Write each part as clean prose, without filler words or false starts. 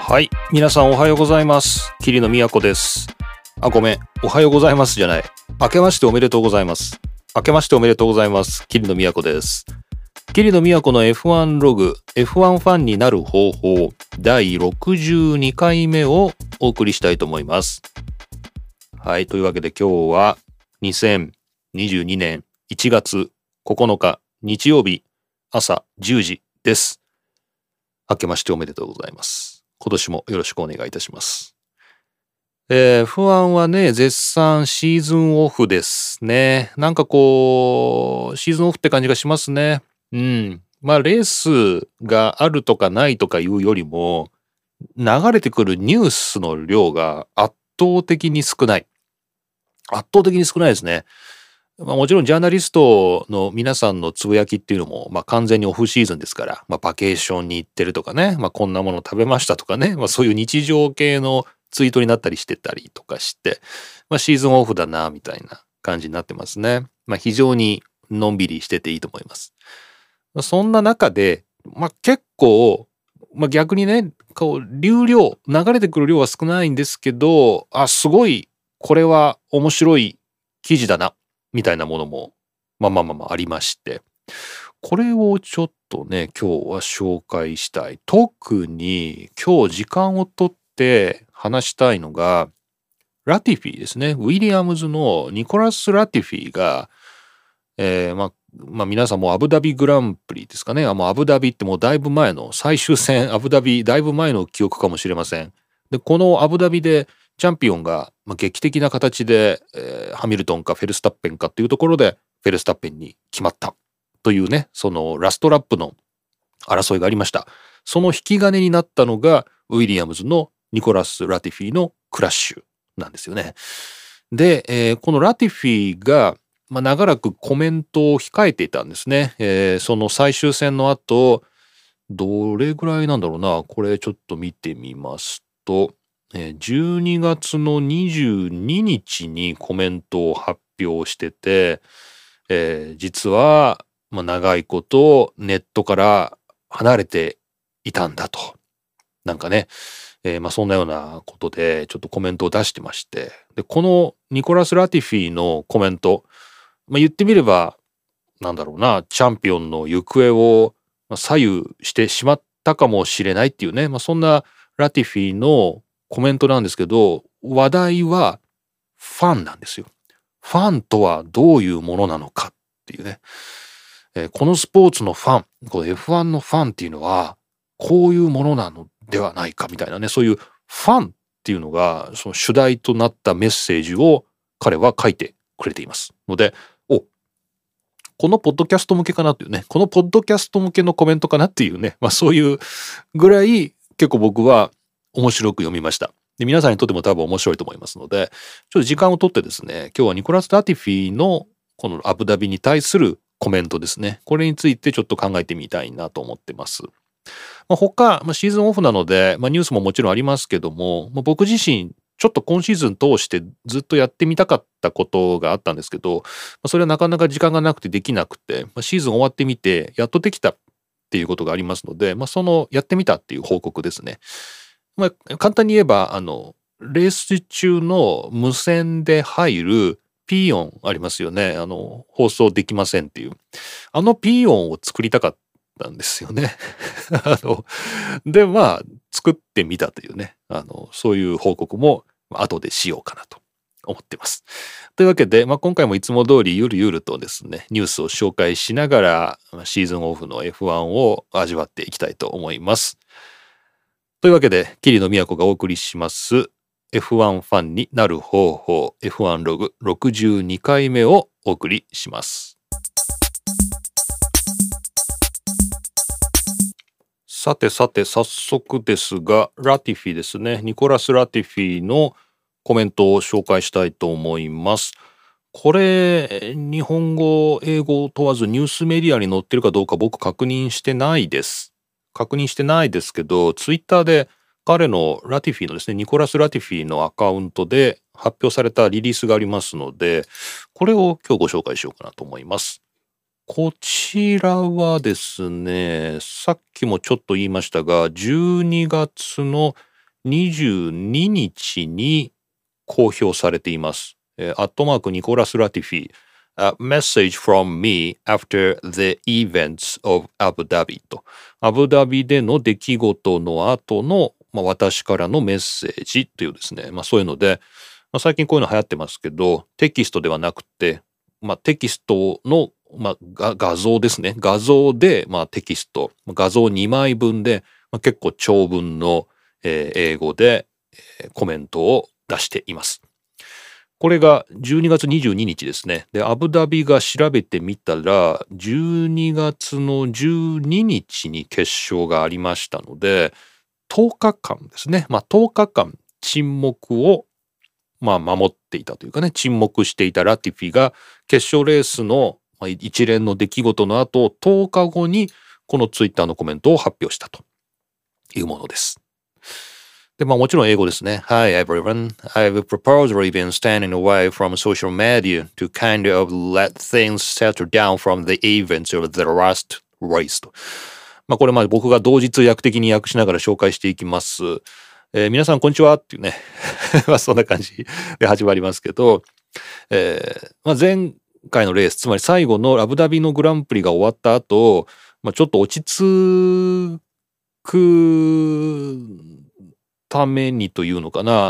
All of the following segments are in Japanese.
はい、皆さんおはようございます。桐野都です。ごめん、おはようございますじゃない。明けましておめでとうございます。明けましておめでとうございます。桐野都です。桐野都の F1 ログ、F1 ファンになる方法、第62回目をお送りしたいと思います。はい、というわけで今日は2022年1月9日日曜日朝10時です。明けましておめでとうございます。今年もよろしくお願いいたします。F1 はね、絶賛シーズンオフですね。なんかこう、シーズンオフって感じがしますね。まあ、レースがあるとかないとかいうよりも、流れてくるニュースの量が圧倒的に少ない。圧倒的に少ないですね。もちろんジャーナリストの皆さんのつぶやきっていうのも、完全にオフシーズンですから、バケーションに行ってるとかね、こんなもの食べましたとかね、そういう日常系のツイートになったりしてたりとかして、シーズンオフだなみたいな感じになってますね。非常にのんびりしてていいと思います。そんな中で、結構、逆にね、こう流れてくる量は少ないんですけど、すごいこれは面白い記事だなみたいなものもありまして、これをちょっとね今日は紹介したい。特に今日時間をとって話したいのがラティフィですね。ウィリアムズのニコラス・ラティフィが、皆さんもアブダビグランプリですかね。アブダビってもうだいぶ前の最終戦、アブダビだいぶ前の記憶かもしれません。でこのアブダビでチャンピオンが劇的な形で、ハミルトンかフェルスタッペンかっていうところでフェルスタッペンに決まったというね、そのラストラップの争いがありました。その引き金になったのがウィリアムズのニコラス・ラティフィのクラッシュなんですよね。で、このラティフィが、長らくコメントを控えていたんですね。その最終戦の後、どれぐらいなんだろうな、これちょっと見てみますと、12月の22日にコメントを発表してて、実は、長いことネットから離れていたんだと。なんかね、そんなようなことでちょっとコメントを出してまして。で、このニコラス・ラティフィのコメント、言ってみれば、なんだろうな、チャンピオンの行方を左右してしまったかもしれないっていうね、そんなラティフィのコメントなんですけど、話題はファンなんですよ。ファンとはどういうものなのかっていうね。このスポーツのファン、この F1 のファンっていうのはこういうものなのではないかみたいなね、そういうファンっていうのがその主題となったメッセージを彼は書いてくれていますので、このポッドキャスト向けかなっていうね、このポッドキャスト向けのコメントかなっていうね、そういうぐらい結構僕は面白く読みました。で、皆さんにとっても多分面白いと思いますので、ちょっと時間をとってですね、今日はニコラス・ラティフィのこのアブダビに対するコメントですね、これについてちょっと考えてみたいなと思ってます。他、シーズンオフなので、ニュースももちろんありますけども、僕自身ちょっと今シーズン通してずっとやってみたかったことがあったんですけど、それはなかなか時間がなくてできなくて、シーズン終わってみてやっとできたっていうことがありますので、そのやってみたっていう報告ですね。簡単に言えばレース中の無線で入るピー音ありますよね。放送できませんっていうピー音を作りたかったんですよね。で作ってみたというね、そういう報告も後でしようかなと思ってます。というわけで、今回もいつも通りゆるゆるとですね、ニュースを紹介しながらシーズンオフの F1 を味わっていきたいと思います。というわけで、桐野都がお送りします F1 ファンになる方法 F1 ログ62回目をお送りします。さて早速ですが、ラティフィですね、ニコラス・ラティフィのコメントを紹介したいと思います。これ日本語英語問わずニュースメディアに載ってるかどうか僕確認してないですけど、ツイッターで彼のラティフィのですね、ニコラス・ラティフィのアカウントで発表されたリリースがありますので、これを今日ご紹介しようかなと思います。こちらはですね、さっきもちょっと言いましたが、12月の 22日に公表されています。アットマークニコラス・ラティフィ、A message from me after the events of Abu Dhabi と、アブダビでの出来事の後の、私からのメッセージというですね、そういうので、最近こういうの流行ってますけど、テキストではなくて、テキストの、画像ですね。画像で、テキスト、画像2枚分で、結構長文の、英語で、コメントを出しています。これが12月22日ですね。で、アブダビが調べてみたら、12月の12日に決勝がありましたので、10日間ですね。10日間沈黙を守っていたというかね、沈黙していたラティフィが決勝レースの一連の出来事の後、10日後にこのツイッターのコメントを発表したというものです。で、もちろん英語ですね。Hi everyone, I've purposely been standing away from social media to kind of let things settle down from the events of the last race と。これ僕が同時通訳的に訳しながら紹介していきます。皆さんこんにちはっていうねそんな感じで始まりますけど、前回のレース、つまり最後のアブダビのグランプリが終わった後、ちょっと落ち着くためにというのかな、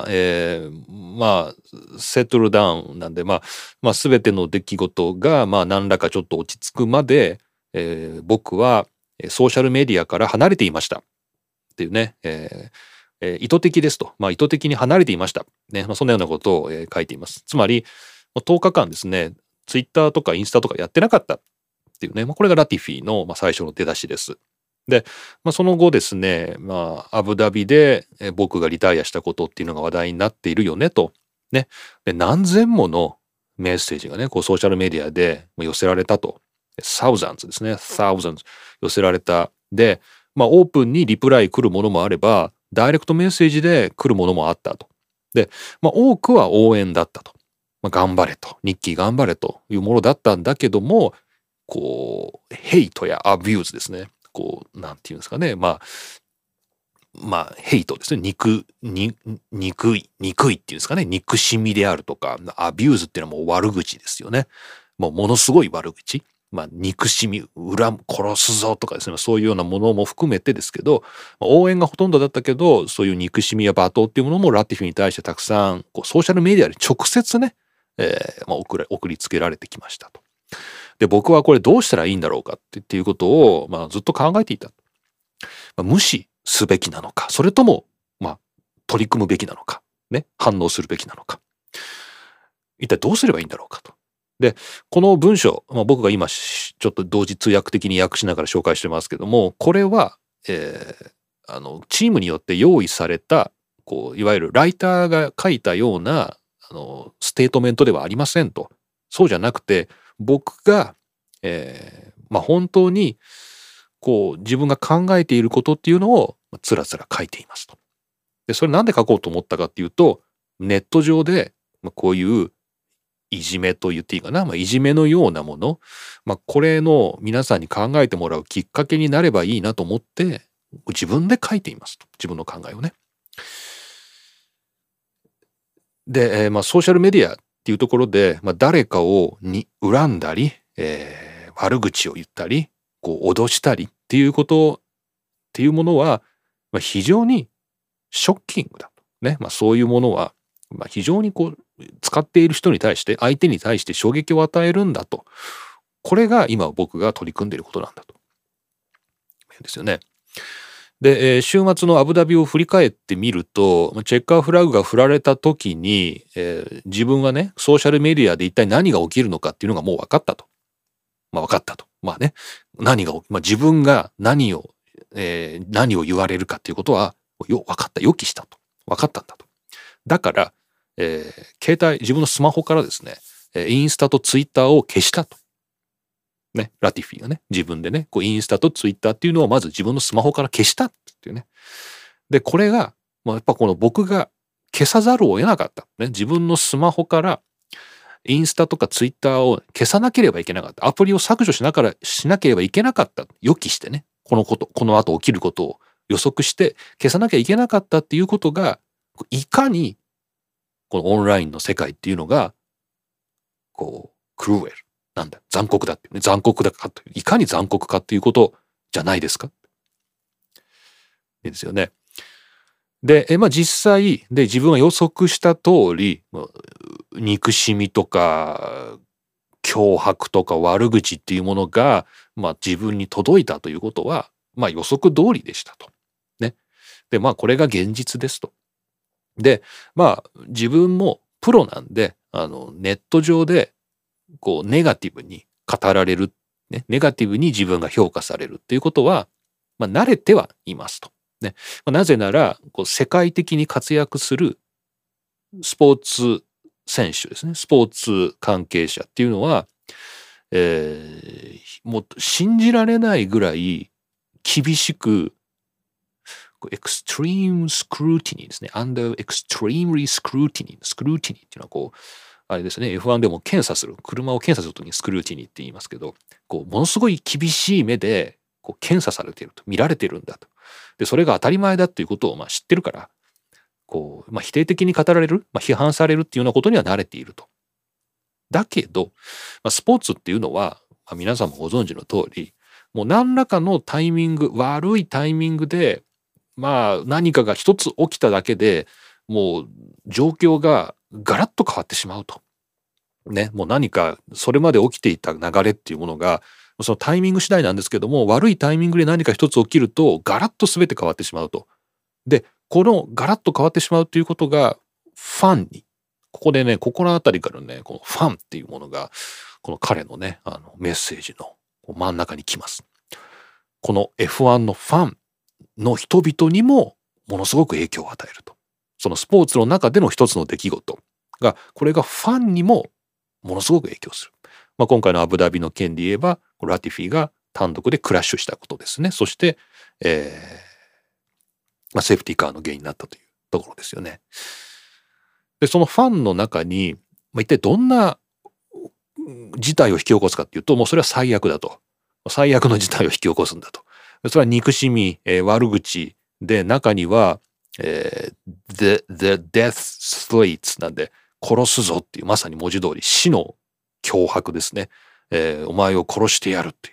セトルダウンなんで、全ての出来事が何らかちょっと落ち着くまで、僕はソーシャルメディアから離れていましたっていうね、意図的ですと、意図的に離れていましたね、そんなようなことを、書いています。つまり10日間ですね、ツイッターとかインスタとかやってなかったっていうね、これがラティフィの最初の出だしです。で、その後ですね、アブダビで僕がリタイアしたことっていうのが話題になっているよねと。ね。で、何千ものメッセージがね、ソーシャルメディアで寄せられたと。thousands ですね。thousands 寄せられた。で、オープンにリプライ来るものもあれば、ダイレクトメッセージで来るものもあったと。で、多くは応援だったと。頑張れと。ニッキー頑張れというものだったんだけども、ヘイトやアビューズですね。なんていうんですかね。ヘイトですね。憎いっていうんですかね。憎しみであるとか、アビューズっていうのはもう悪口ですよね。ものすごい悪口。憎しみ、殺すぞとかですね。そういうようなものも含めてですけど、応援がほとんどだったけど、そういう憎しみや罵倒っていうものもラティフィに対してたくさん、ソーシャルメディアで直接ね、送りつけられてきましたと。で、僕はこれどうしたらいいんだろうかっていうことを、ずっと考えていた。無視すべきなのか、それとも、取り組むべきなのか、ね、反応するべきなのか。一体どうすればいいんだろうかと。で、この文章、僕が今ちょっと同時通訳的に訳しながら紹介してますけども、これは、チームによって用意された、いわゆるライターが書いたような、ステートメントではありませんと。そうじゃなくて、僕が、本当に自分が考えていることっていうのをつらつら書いていますと。で、それなんで書こうと思ったかっていうと、ネット上でこういういじめと言っていいかな、いじめのようなもの、これの皆さんに考えてもらうきっかけになればいいなと思って自分で書いていますと。自分の考えをね。で、ソーシャルメディアっていうところで、誰かを恨んだり、悪口を言ったり、脅したりっていうことっていうものは、非常にショッキングだと。ね。そういうものは、非常に使っている人に対して、相手に対して衝撃を与えるんだと。これが今僕が取り組んでいることなんだと。ですよね。で、週末のアブダビを振り返ってみると、チェッカーフラグが振られた時に、自分はね、ソーシャルメディアで一体何が起きるのかっていうのがもう分かったと。分かったと。自分が何を言われるかっていうことは、分かった。予期したと。分かったんだと。だから、自分のスマホからですね、インスタとツイッターを消したと。ね、ラティフィがね、自分でね、インスタとツイッターっていうのをまず自分のスマホから消したっていうね。で、これが、やっぱ僕が消さざるを得なかった。ね、自分のスマホからインスタとかツイッターを消さなければいけなかった。アプリを削除しなければいけなかった。予期してね、この後起きることを予測して消さなきゃいけなかったっていうことが、いかにこのオンラインの世界っていうのがクルーエルなんだ、残酷だっていうね、残酷だかという、いかに残酷かっていうことじゃないですか。いいですよね。で、実際で自分は予測した通り、憎しみとか脅迫とか悪口っていうものが、自分に届いたということは、予測通りでしたと。ね。で、これが現実ですと。で、自分もプロなんで、ネット上で、ネガティブに語られる、ね、ネガティブに自分が評価されるっていうことは、慣れてはいますと。ね。なぜなら、世界的に活躍するスポーツ選手ですね。スポーツ関係者っていうのは、もう信じられないぐらい厳しく、エクストリームスクルーティニーですね。under extremely scrutiny。スクルーティニーっていうのはあれですね、F1 でも検査する、車を検査するときにスクルーティニーって言いますけど、ものすごい厳しい目で検査されていると、見られているんだと。で、それが当たり前だということを知ってるから、否定的に語られる、批判されるっていうようなことには慣れていると。だけど、スポーツっていうのは、皆さんもご存知の通り、もう何らかのタイミング、悪いタイミングで、何かが一つ起きただけでもう状況がガラッと変わってしまうと。ね、もう何かそれまで起きていた流れっていうものが、そのタイミング次第なんですけども、悪いタイミングで何か一つ起きるとガラッと全て変わってしまうと。で、このガラッと変わってしまうということがファンに、ここでね、ここのあたりからね、このファンっていうものが、この彼のね、メッセージの真ん中に来ます。この F1 のファンの人々にもものすごく影響を与えると。そのスポーツの中での一つの出来事が、これがファンにもものすごく影響する。今回のアブダビの件で言えば、ラティフィが単独でクラッシュしたことですね。そして、セーフティーカーの原因になったというところですよね。で、そのファンの中に、一体どんな事態を引き起こすかっていうと、もうそれは最悪だと。最悪の事態を引き起こすんだと。それは憎しみ、悪口で、中には、the death threats なんで、殺すぞっていう、まさに文字通り死の脅迫ですね。お前を殺してやるっていう、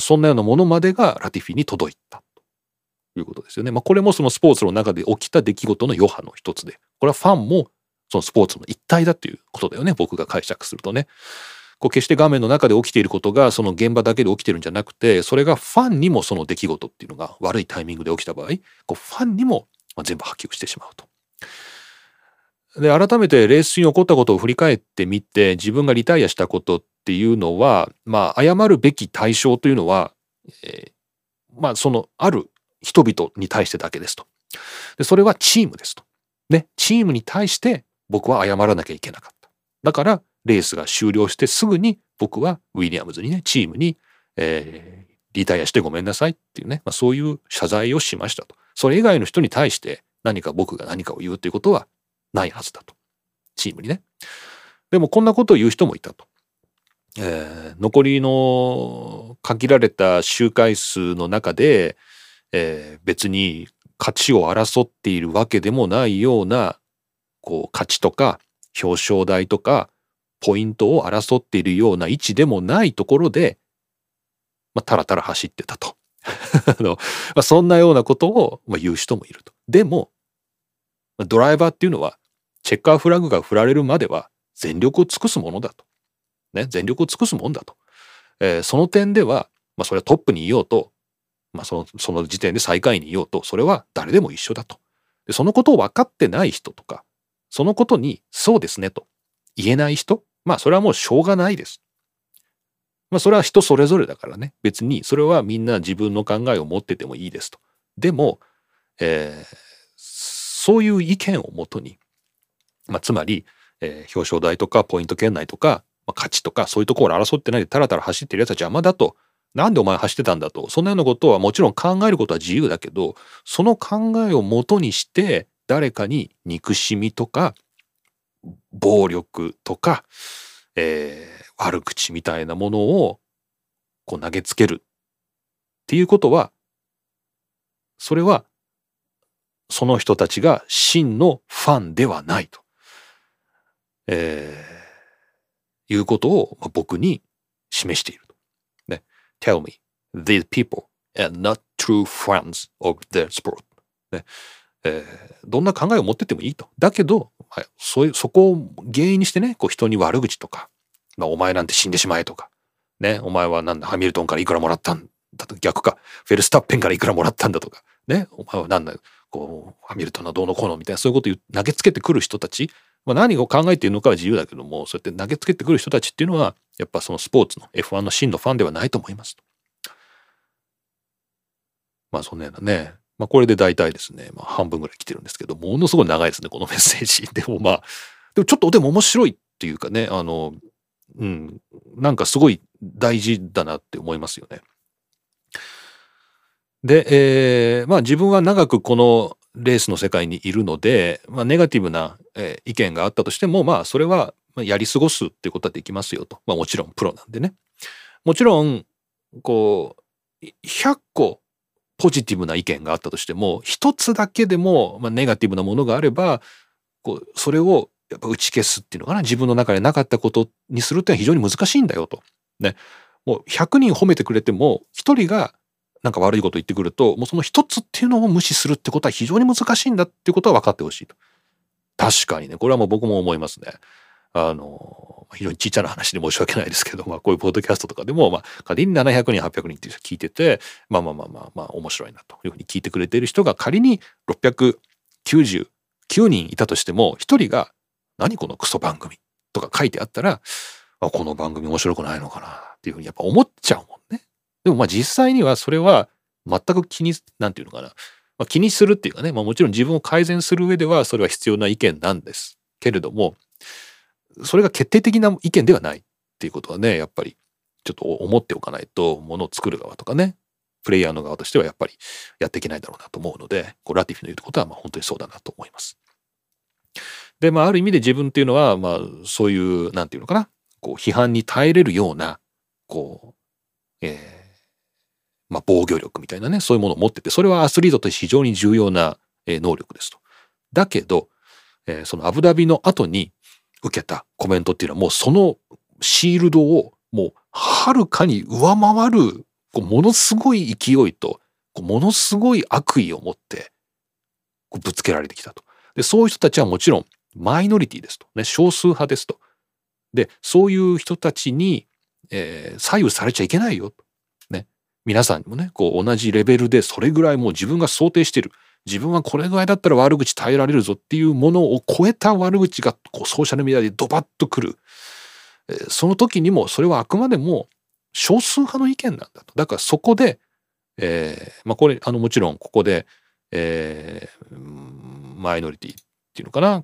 そんなようなものまでがラティフィに届いたということですよね。これもそのスポーツの中で起きた出来事の余波の一つで、これはファンもそのスポーツの一体だということだよね。僕が解釈するとね。決して画面の中で起きていることがその現場だけで起きてるんじゃなくて、それがファンにもその出来事っていうのが悪いタイミングで起きた場合、ファンにも全部波及してしまうと。で、改めてレース中に起こったことを振り返ってみて、自分がリタイアしたことっていうのは、謝るべき対象というのは、そのある人々に対してだけですと。で、それはチームですと。ね、チームに対して僕は謝らなきゃいけなかった。だから、レースが終了してすぐに僕はウィリアムズにね、チームに、リタイアしてごめんなさいっていうね、そういう謝罪をしましたと。それ以外の人に対して僕が何かを言うということはないはずだと。チームにね。でもこんなことを言う人もいたと。残りの限られた周回数の中で、別に勝ちを争っているわけでもないような、勝ちとか表彰台とかポイントを争っているような位置でもないところで、たらたら走ってたと。そんなようなことを言う人もいると。でも、ドライバーっていうのは、チェッカーフラグが振られるまでは全力を尽くすものだと。ね、全力を尽くすもんだと。その点では、それはトップにいようと、その時点で最下位にいようと、それは誰でも一緒だと。で、そのことを分かってない人とか、そのことにそうですねと言えない人、それはもうしょうがないです。それは人それぞれだからね。別にそれはみんな自分の考えを持っててもいいですと。でも、そういう意見をもとに、つまり、表彰台とかポイント圏内とか、勝ちとかそういうところを争ってないでタラタラ走ってるやつは邪魔だと。なんでお前走ってたんだと。そんなようなことはもちろん考えることは自由だけど、その考えをもとにして誰かに憎しみとか暴力とか、悪口みたいなものを投げつけるっていうことは、それはその人たちが真のファンではないと、いうことを僕に示していると。ね。Tell me, these people are not true fans of their sport. ね。どんな考えを持ってってもいいと。だけど、そこを原因にしてね、こう人に悪口とか、お前なんて死んでしまえとか、ね、お前はなんだ、ハミルトンからいくらもらったんだと、逆か、フェルスタッペンからいくらもらったんだとか、ね、お前はなんだ、こう、ハミルトンはどうのこうのみたいな、そういうことを投げつけてくる人たち、何を考えているのかは自由だけども、そうやって投げつけてくる人たちっていうのは、やっぱそのスポーツの F1 の真のファンではないと思いますと。そんなようなね。これで大体ですね、半分ぐらい来てるんですけど、ものすごい長いですね、このメッセージ。でもでもちょっとでも面白いっていうかね、なんかすごい大事だなって思いますよね。で、自分は長くこのレースの世界にいるので、ネガティブな、意見があったとしても、それはやり過ごすっていうことはできますよと。もちろんプロなんでね。もちろん、こう、100個ポジティブな意見があったとしても、一つだけでも、ネガティブなものがあれば、それをやっぱ打ち消すっていうのかな、自分の中でなかったことにするっていうのは非常に難しいんだよと。ね。もう100人褒めてくれても、1人がなんか悪いこと言ってくると、もうその一つっていうのを無視するってことは非常に難しいんだっていうことは分かってほしいと。確かにね、これはもう僕も思いますね。非常にちっちゃな話で申し訳ないですけど、こういうポッドキャストとかでも、仮に700人、800人っていう人聞いてて、面白いなというふうに聞いてくれている人が仮に699人いたとしても、一人が、何このクソ番組とか書いてあったら、この番組面白くないのかなっていうふうにやっぱ思っちゃうもんね。でも実際にはそれは全くなんていうのかな。気にするっていうかね、もちろん自分を改善する上ではそれは必要な意見なんですけれども、それが決定的な意見ではないっていうことはね、やっぱりちょっと思っておかないと、ものを作る側とかね、プレイヤーの側としてはやっぱりやっていけないだろうなと思うので、ラティフの言うことは本当にそうだなと思います。で、ある意味で自分っていうのは、そういう、なんていうのかな、批判に耐えれるような、防御力みたいなね、そういうものを持ってて、それはアスリートとして非常に重要な能力ですと。だけど、そのアブダビの後に受けたコメントっていうのはもうそのシールドをもうはるかに上回る、ものすごい勢いと、ものすごい悪意を持ってぶつけられてきたと。で、そういう人たちはもちろんマイノリティですと。ね、少数派ですと。で、そういう人たちに、左右されちゃいけないよ。ね。皆さんにもね、同じレベルでそれぐらいもう自分が想定してる。自分はこれぐらいだったら悪口耐えられるぞっていうものを超えた悪口がソーシャルメディアでドバッとくる。その時にもそれはあくまでも少数派の意見なんだと。だからそこで、これもちろんここで、マイノリティっていうのかな、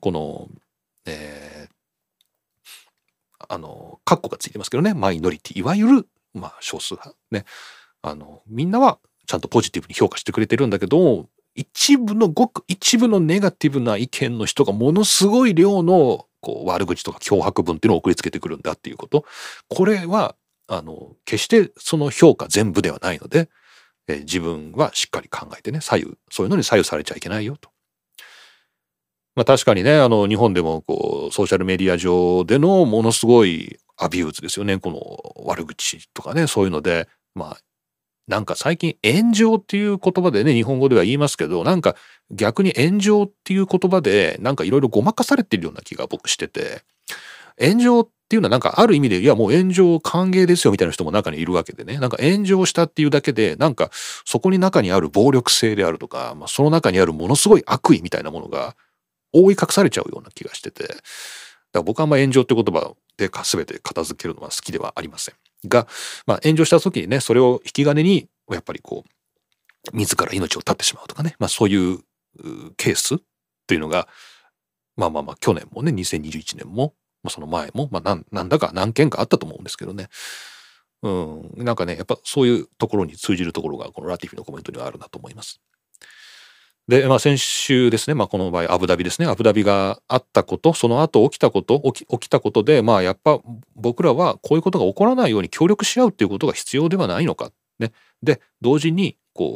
カッコがついてますけどね、マイノリティ、いわゆる少数派ね、みんなはちゃんとポジティブに評価してくれてるんだけど、ごく一部のネガティブな意見の人がものすごい量の悪口とか脅迫文っていうのを送りつけてくるんだっていうこと。これは決してその評価全部ではないので、自分はしっかり考えてね、そういうのに左右されちゃいけないよと。確かにね、日本でもソーシャルメディア上でのものすごいアビューズですよね。この悪口とかね、そういうので、なんか最近炎上っていう言葉でね、日本語では言いますけど、なんか逆に炎上っていう言葉でなんかいろいろごまかされてるような気が僕してて、炎上っていうのはなんかある意味で、いやもう炎上歓迎ですよみたいな人も中にいるわけでね、なんか炎上したっていうだけで、なんかそこに中にある暴力性であるとか、その中にあるものすごい悪意みたいなものが覆い隠されちゃうような気がしてて、だから僕はあんま炎上って言葉で全て片付けるのは好きではありませんが、炎上した時にね、それを引き金にやっぱり自ら命を絶ってしまうとかね、そういうケースっていうのが去年もね、2021年も、その前もなんだか何件かあったと思うんですけどね、なんかね、やっぱそういうところに通じるところがこのラティフィのコメントにはあるなと思います。で、先週ですね、この場合アブダビですね、アブダビがあったこと、その後起きたことで、やっぱ僕らはこういうことが起こらないように協力し合うっていうことが必要ではないのかね。で、同時に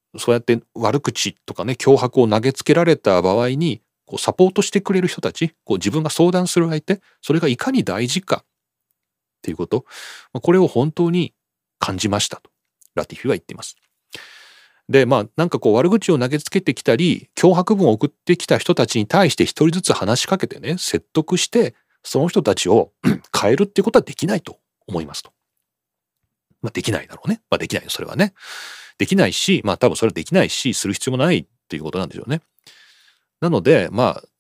そうやって悪口とかね、脅迫を投げつけられた場合に、こうサポートしてくれる人たち、こう自分が相談する相手、それがいかに大事かっていうこと、これを本当に感じましたと、ラティフィは言っています。で、なんかこう悪口を投げつけてきたり、脅迫文を送ってきた人たちに対して一人ずつ話しかけてね、説得して、その人たちを変えるっていうことはできないと思いますと。できないだろうね。できないよ、それはね。できないし、多分それはできないし、する必要もないっていうことなんでしょうね。なので、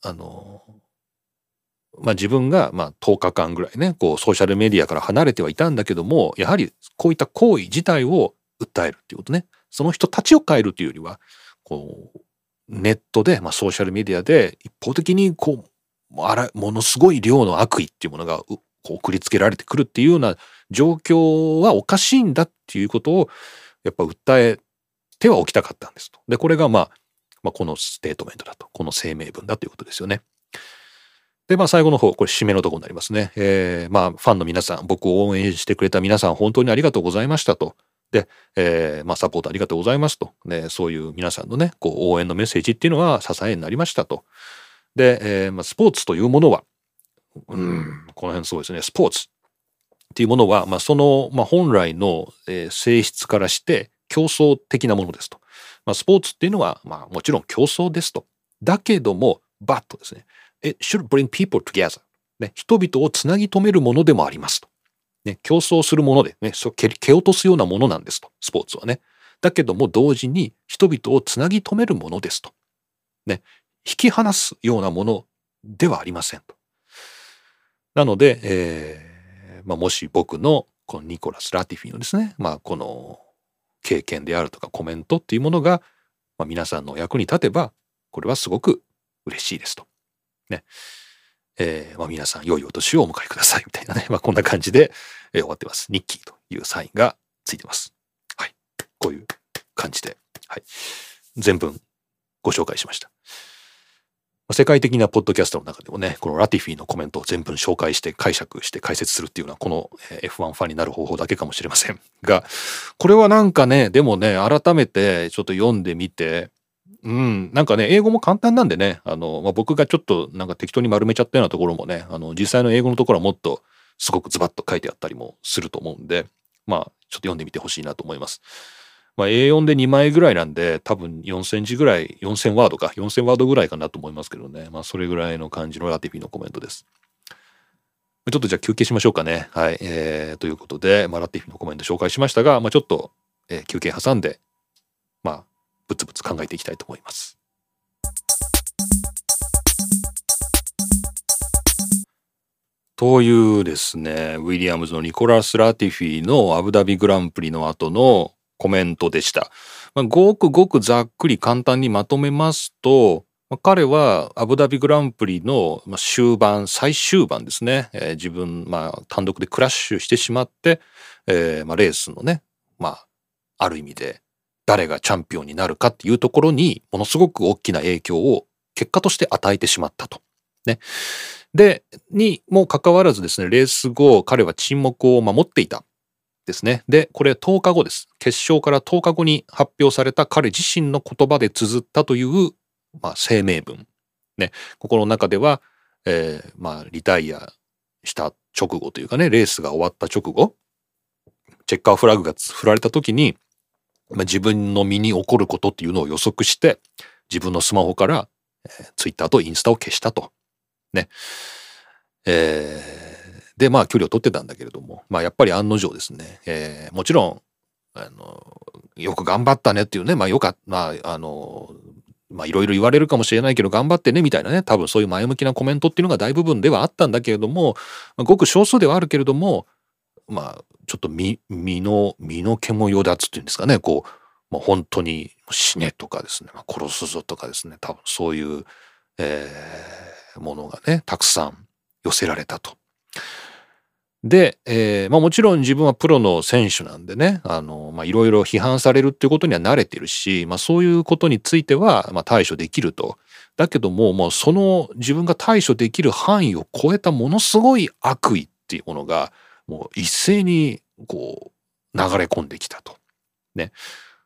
自分が10日間ぐらいね、こうソーシャルメディアから離れてはいたんだけども、やはりこういった行為自体を訴えるっていうことね。その人たちを変えるというよりは、こうネットで、ソーシャルメディアで一方的にこうものすごい量の悪意っていうものがこう送りつけられてくるっていうような状況はおかしいんだっていうことをやっぱ訴えてはおきたかったんですと。で、これがこのステートメントだと、この声明文だということですよね。で、最後の方、これ締めのところになりますね。ファンの皆さん、僕を応援してくれた皆さん、本当にありがとうございましたと。で、サポートありがとうございますと。ね、そういう皆さんのね、こう応援のメッセージっていうのは支えになりましたと。で、スポーツというものは、この辺そうですね、スポーツっていうものは、その、本来の、性質からして競争的なものですと。スポーツっていうのは、もちろん競争ですと。だけども、バッとですね、It should bring people together。ね、人々をつなぎ止めるものでもありますと。ね、競争するもので、ね、蹴落とすようなものなんですと、スポーツはね。だけども同時に人々をつなぎ止めるものですと。ね、引き離すようなものではありませんと。なので、もし僕のこのニコラス・ラティフィのですね、この経験であるとかコメントっていうものが、皆さんの役に立てば、これはすごく嬉しいですと。ね。皆さん良いお年をお迎えくださいみたいなね。こんな感じで、終わってます。ニッキーというサインがついてます。はい。こういう感じで、はい。全文ご紹介しました。世界的なポッドキャストの中でもね、このラティフィのコメントを全文紹介して解釈して解説するっていうのは、この F1 ファンになる方法だけかもしれませんが、これはなんかね、でもね、改めてちょっと読んでみて、なんかね、英語も簡単なんでね、僕がちょっとなんか適当に丸めちゃったようなところもね、実際の英語のところはもっとすごくズバッと書いてあったりもすると思うんで、ちょっと読んでみてほしいなと思います。A4 で2枚ぐらいなんで、多分4センチぐらい、4000ワードか、4000ワードぐらいかなと思いますけどね。それぐらいの感じのラティフィのコメントです。ちょっとじゃあ休憩しましょうかね。はい。ということで、ラティフィのコメント紹介しましたが、ちょっと、休憩挟んで、ぶつぶつ考えていきたいと思います。というですね、ウィリアムズのニコラス・ラティフィのアブダビグランプリの後のコメントでした。ごくごくざっくり簡単にまとめますと、彼はアブダビグランプリの終盤、最終盤ですね、自分、単独でクラッシュしてしまって、レースのね、ある意味で誰がチャンピオンになるかっていうところにものすごく大きな影響を結果として与えてしまったと。ね。で、にもかかわらずですね、レース後、彼は沈黙を守っていた。ですね。で、これ10日後です。決勝から10日後に発表された彼自身の言葉で綴ったという、声明文。ね。ここの中では、リタイアした直後というかね、レースが終わった直後、チェッカーフラグが振られた時に、自分の身に起こることっていうのを予測して、自分のスマホから、ツイッターとインスタを消したと。ね。で、距離を取ってたんだけれども、やっぱり案の定ですね、もちろん、よく頑張ったねっていうね、いろいろ言われるかもしれないけど頑張ってねみたいなね、多分そういう前向きなコメントっていうのが大部分ではあったんだけれども、ごく少数ではあるけれども、ちょっと身の毛もよだつっていうんですかね、こう、本当に死ねとかですね、殺すぞとかですね、多分そういう、ものがね、たくさん寄せられたと。で、もちろん自分はプロの選手なんでね、いろいろ批判されるっていうことには慣れてるし、そういうことについては、対処できると。だけども、その自分が対処できる範囲を超えたものすごい悪意っていうものが、もう一斉にこう流れ込んできたと。ね。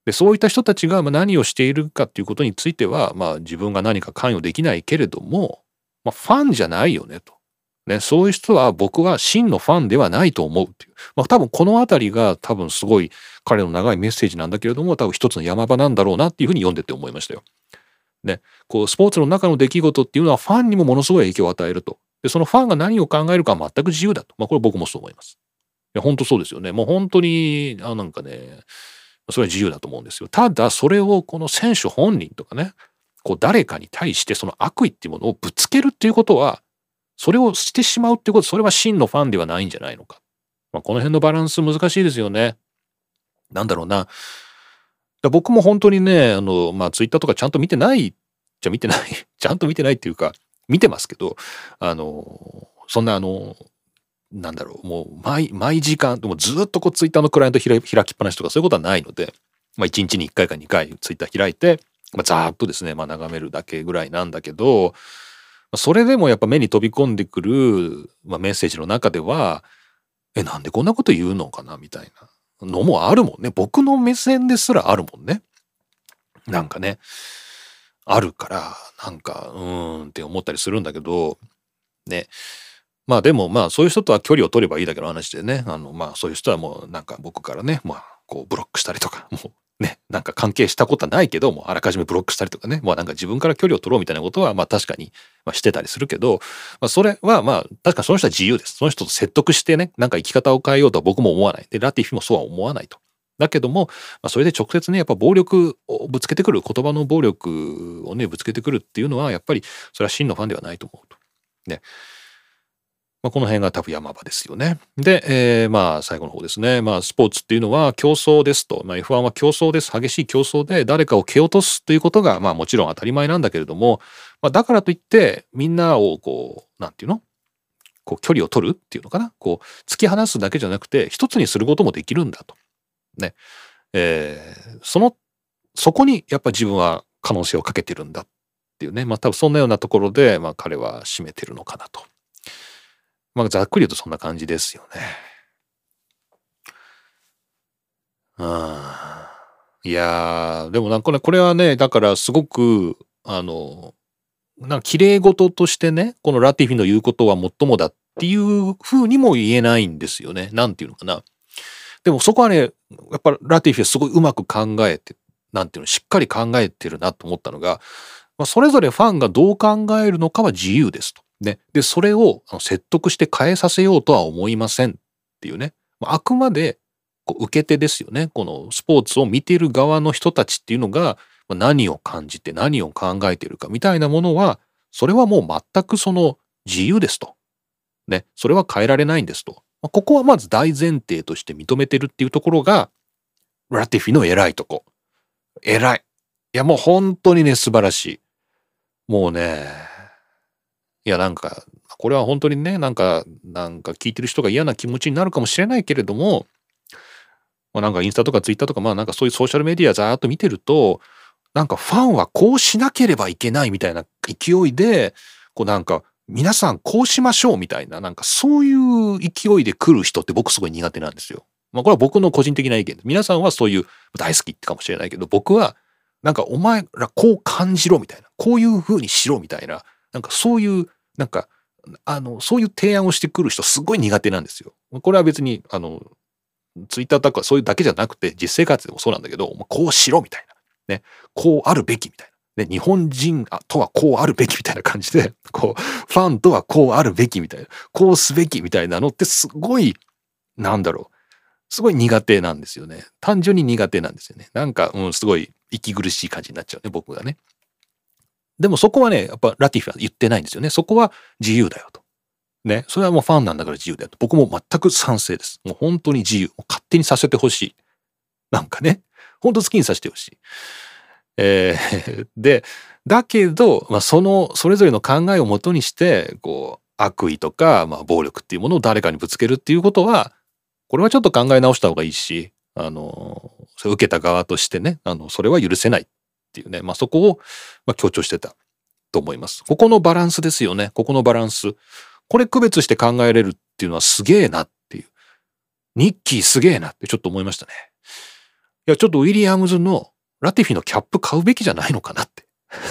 で、そういった人たちが何をしているかっていうことについては、自分が何か関与できないけれども、ファンじゃないよねと。ね、そういう人は僕は真のファンではないと思うっていう。多分このあたりが多分すごい彼の長いメッセージなんだけれども、多分一つの山場なんだろうなっていうふうに読んでて思いましたよ。ね、スポーツの中の出来事っていうのはファンにもものすごい影響を与えると。で、そのファンが何を考えるかは全く自由だと。これ僕もそう思います。いや、本当そうですよね。もう本当に、なんかね、それは自由だと思うんですよ。ただ、それをこの選手本人とかね、誰かに対してその悪意っていうものをぶつけるっていうことは、それをしてしまうっていうこと、それは真のファンではないんじゃないのか。この辺のバランス難しいですよね。なんだろうな。僕も本当にね、ツイッターとかちゃんと見てないじゃ見てない。ちゃんと見てないっていうか、見てますけど、そんななんだろう、もう毎時間、でもずっとツイッターのクライアント開きっぱなしとかそういうことはないので、1日に1回か2回ツイッター開いて、ざーっとですね、眺めるだけぐらいなんだけど、それでもやっぱ目に飛び込んでくる、メッセージの中では、なんでこんなこと言うのかなみたいなのもあるもんね。僕の目線ですらあるもんね。なんかね、あるから、なんか、って思ったりするんだけど、ね。でもそういう人とは距離を取ればいいだけの話でね、そういう人はもうなんか僕からね、ブロックしたりとか、もうね、なんか関係したことはないけど、もうあらかじめブロックしたりとかね、なんか自分から距離を取ろうみたいなことは確かにしてたりするけど、それは確かにその人は自由です。その人と説得してね、なんか生き方を変えようとは僕も思わない。で、ラティフィもそうは思わないと。だけども、それで直接ね、やっぱ暴力をぶつけてくる、言葉の暴力をね、ぶつけてくるっていうのは、やっぱりそれは真のファンではないと思うと。ね。この辺が多分山場ですよね。で、最後の方ですね。スポーツっていうのは競争ですと。F1 は競争です。激しい競争で誰かを蹴落とすということが、もちろん当たり前なんだけれども、だからといってみんなをなんていうの距離を取るっていうのかな突き放すだけじゃなくて一つにすることもできるんだと。ね。そこにやっぱ自分は可能性をかけてるんだっていうね。多分そんなようなところで、彼は占めてるのかなと。ざっくり言うとそんな感じですよね。いやー、でもこれはね、だからすごく、綺麗事としてね、このラティフィの言うことはもっともだっていう風にも言えないんですよね。なんていうのかな。でもそこはね、やっぱラティフィはすごいうまく考えて、なんていうの、しっかり考えてるなと思ったのが、それぞれファンがどう考えるのかは自由ですと。ね。で、それを説得して変えさせようとは思いませんっていうね。あくまで受け手ですよね。このスポーツを見ている側の人たちっていうのが何を感じて何を考えているかみたいなものは、それはもう全くその自由ですと。ね。それは変えられないんですと。ここはまず大前提として認めてるっていうところが、ラティフィの偉いとこ。偉い。いやもう本当にね、素晴らしい。もうね、いやこれは本当にね、なんか聞いてる人が嫌な気持ちになるかもしれないけれども、なんかインスタとかツイッターとか、なんかそういうソーシャルメディアざーっと見てると、なんかファンはこうしなければいけないみたいな勢いで、なんか皆さんこうしましょうみたいな、なんかそういう勢いで来る人って僕すごい苦手なんですよ。これは僕の個人的な意見です。皆さんはそういう大好きってかもしれないけど、僕はなんかお前らこう感じろみたいな、こういう風にしろみたいな、なんかそういう、なんか、そういう提案をしてくる人すごい苦手なんですよ。これは別に、ツイッターとかそういうだけじゃなくて、実生活でもそうなんだけど、こうしろみたいな。ね。こうあるべきみたいな。ね、日本人とはこうあるべきみたいな感じで、ファンとはこうあるべきみたいな。こうすべきみたいなのってすごい、なんだろう。すごい苦手なんですよね。単純に苦手なんですよね。なんか、すごい息苦しい感じになっちゃうね、僕がね。でもそこはね、やっぱラティフは言ってないんですよね。そこは自由だよと。ね。それはもうファンなんだから自由だよと。僕も全く賛成です。もう本当に自由。もう勝手にさせてほしい。なんかね。本当好きにさせてほしい。で、だけど、それぞれの考えをもとにして、悪意とか、暴力っていうものを誰かにぶつけるっていうことは、これはちょっと考え直した方がいいし、それ受けた側としてね、それは許せないっていうね、そこを、強調してたと思います。ここのバランスですよね。ここのバランス。これ区別して考えれるっていうのはすげえなっていう。ニッキーすげえなってちょっと思いましたね。 や、ちょっとウィリアムズのラティフィのキャップ買うべきじゃないのかなって。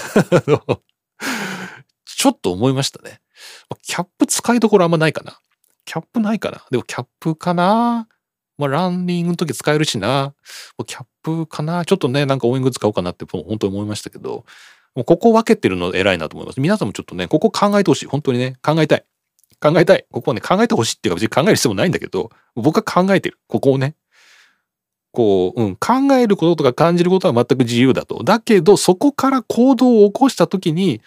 ちょっと思いましたね。キャップ使いどころあんまないかな。キャップないかな。でもキャップかな。ランニングの時使えるしな。キャップかな。ちょっとね、なんか応援グッズ買おうかなって本当に思いましたけど、もうここ分けてるの偉いなと思います。皆さんもちょっとね、ここ考えてほしい。本当にね、考えたい。考えたい。ここをね、考えてほしいっていうか別に考える必要もないんだけど、僕は考えてる。ここをね。考えることとか感じることは全く自由だと。だけど、そこから行動を起こした時に、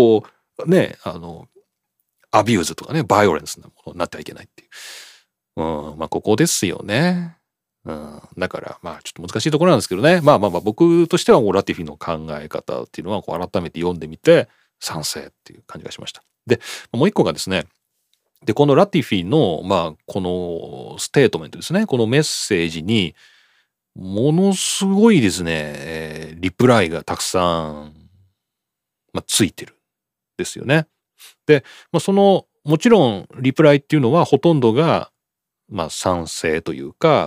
アビューズとかね、バイオレンスなものになってはいけないっていう。ここですよね。だから、ちょっと難しいところなんですけどね。僕としてはラティフィの考え方っていうのは改めて読んでみて、賛成っていう感じがしました。で、もう一個がですね、で、このラティフィの、このステートメントですね、このメッセージに、ものすごいですね、リプライがたくさん、ついてるんですよね。で、もちろんリプライっていうのはほとんどが、賛成というか、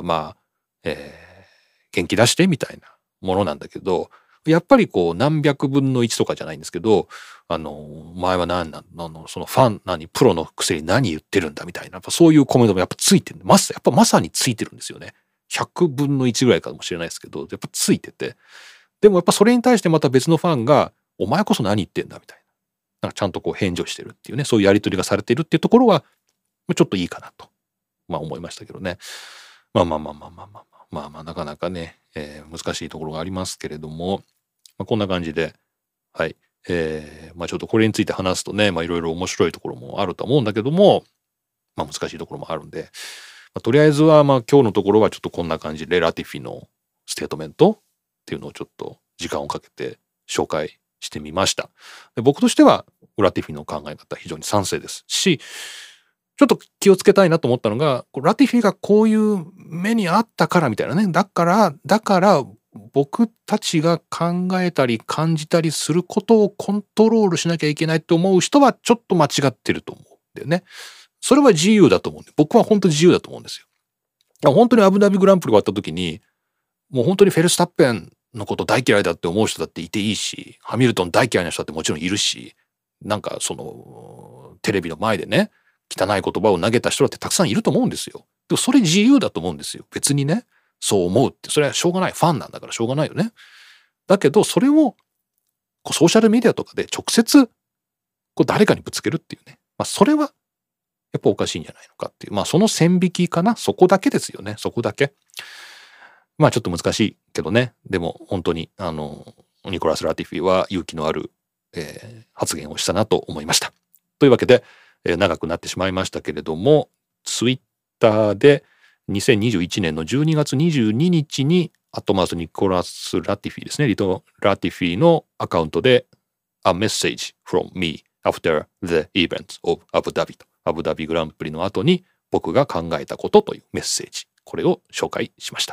元気出してみたいなものなんだけど、やっぱり何百分の1とかじゃないんですけど、前はそのファンプロのくせに何言ってるんだみたいな、そういうコメントもやっぱついてる。やっぱまさについてるんですよね。100分の1ぐらいかもしれないですけど、やっぱついてて。でもやっぱそれに対してまた別のファンが、お前こそ何言ってんだみたいな。なんかちゃんと返事をしてるっていうね、そういうやりとりがされているっていうところは、ちょっといいかなと、思いましたけどね。なかなかね、難しいところがありますけれども、こんな感じで、はい。ちょっとこれについて話すとね、いろいろ面白いところもあると思うんだけども、難しいところもあるんで、とりあえずは今日のところはちょっとこんな感じでラティフィのステートメントっていうのをちょっと時間をかけて紹介してみました。で、僕としてはラティフィの考え方非常に賛成ですし、ちょっと気をつけたいなと思ったのが、ラティフィがこういう目にあったからみたいなね。だから僕たちが考えたり感じたりすることをコントロールしなきゃいけないと思う人はちょっと間違ってると思うんだよね。それは自由だと思うんで、僕は本当に自由だと思うんですよ。本当にアブダビグランプリが終わった時に、もう本当にフェルスタッペンのこと大嫌いだって思う人だっていていいし、ハミルトン大嫌いな人だってもちろんいるし、なんかテレビの前でね、汚い言葉を投げた人だってたくさんいると思うんですよ。でもそれ自由だと思うんですよ。別にね、そう思うって、それはしょうがない。ファンなんだからしょうがないよね。だけど、それをソーシャルメディアとかで直接誰かにぶつけるっていうね。それはやっぱおかしいんじゃないのかっていう。その線引きかな。そこだけですよね。そこだけ。ちょっと難しいけどね。でも本当に、ニコラス・ラティフィは勇気のある、発言をしたなと思いました。というわけで、長くなってしまいましたけれども、ツイッターで2021年の12月22日に、ニコラス・ラティフィですね。ラティフィのアカウントで、A message from me after the events of Abu Dhabi と。アブダビグランプリの後に僕が考えたことというメッセージ。これを紹介しました。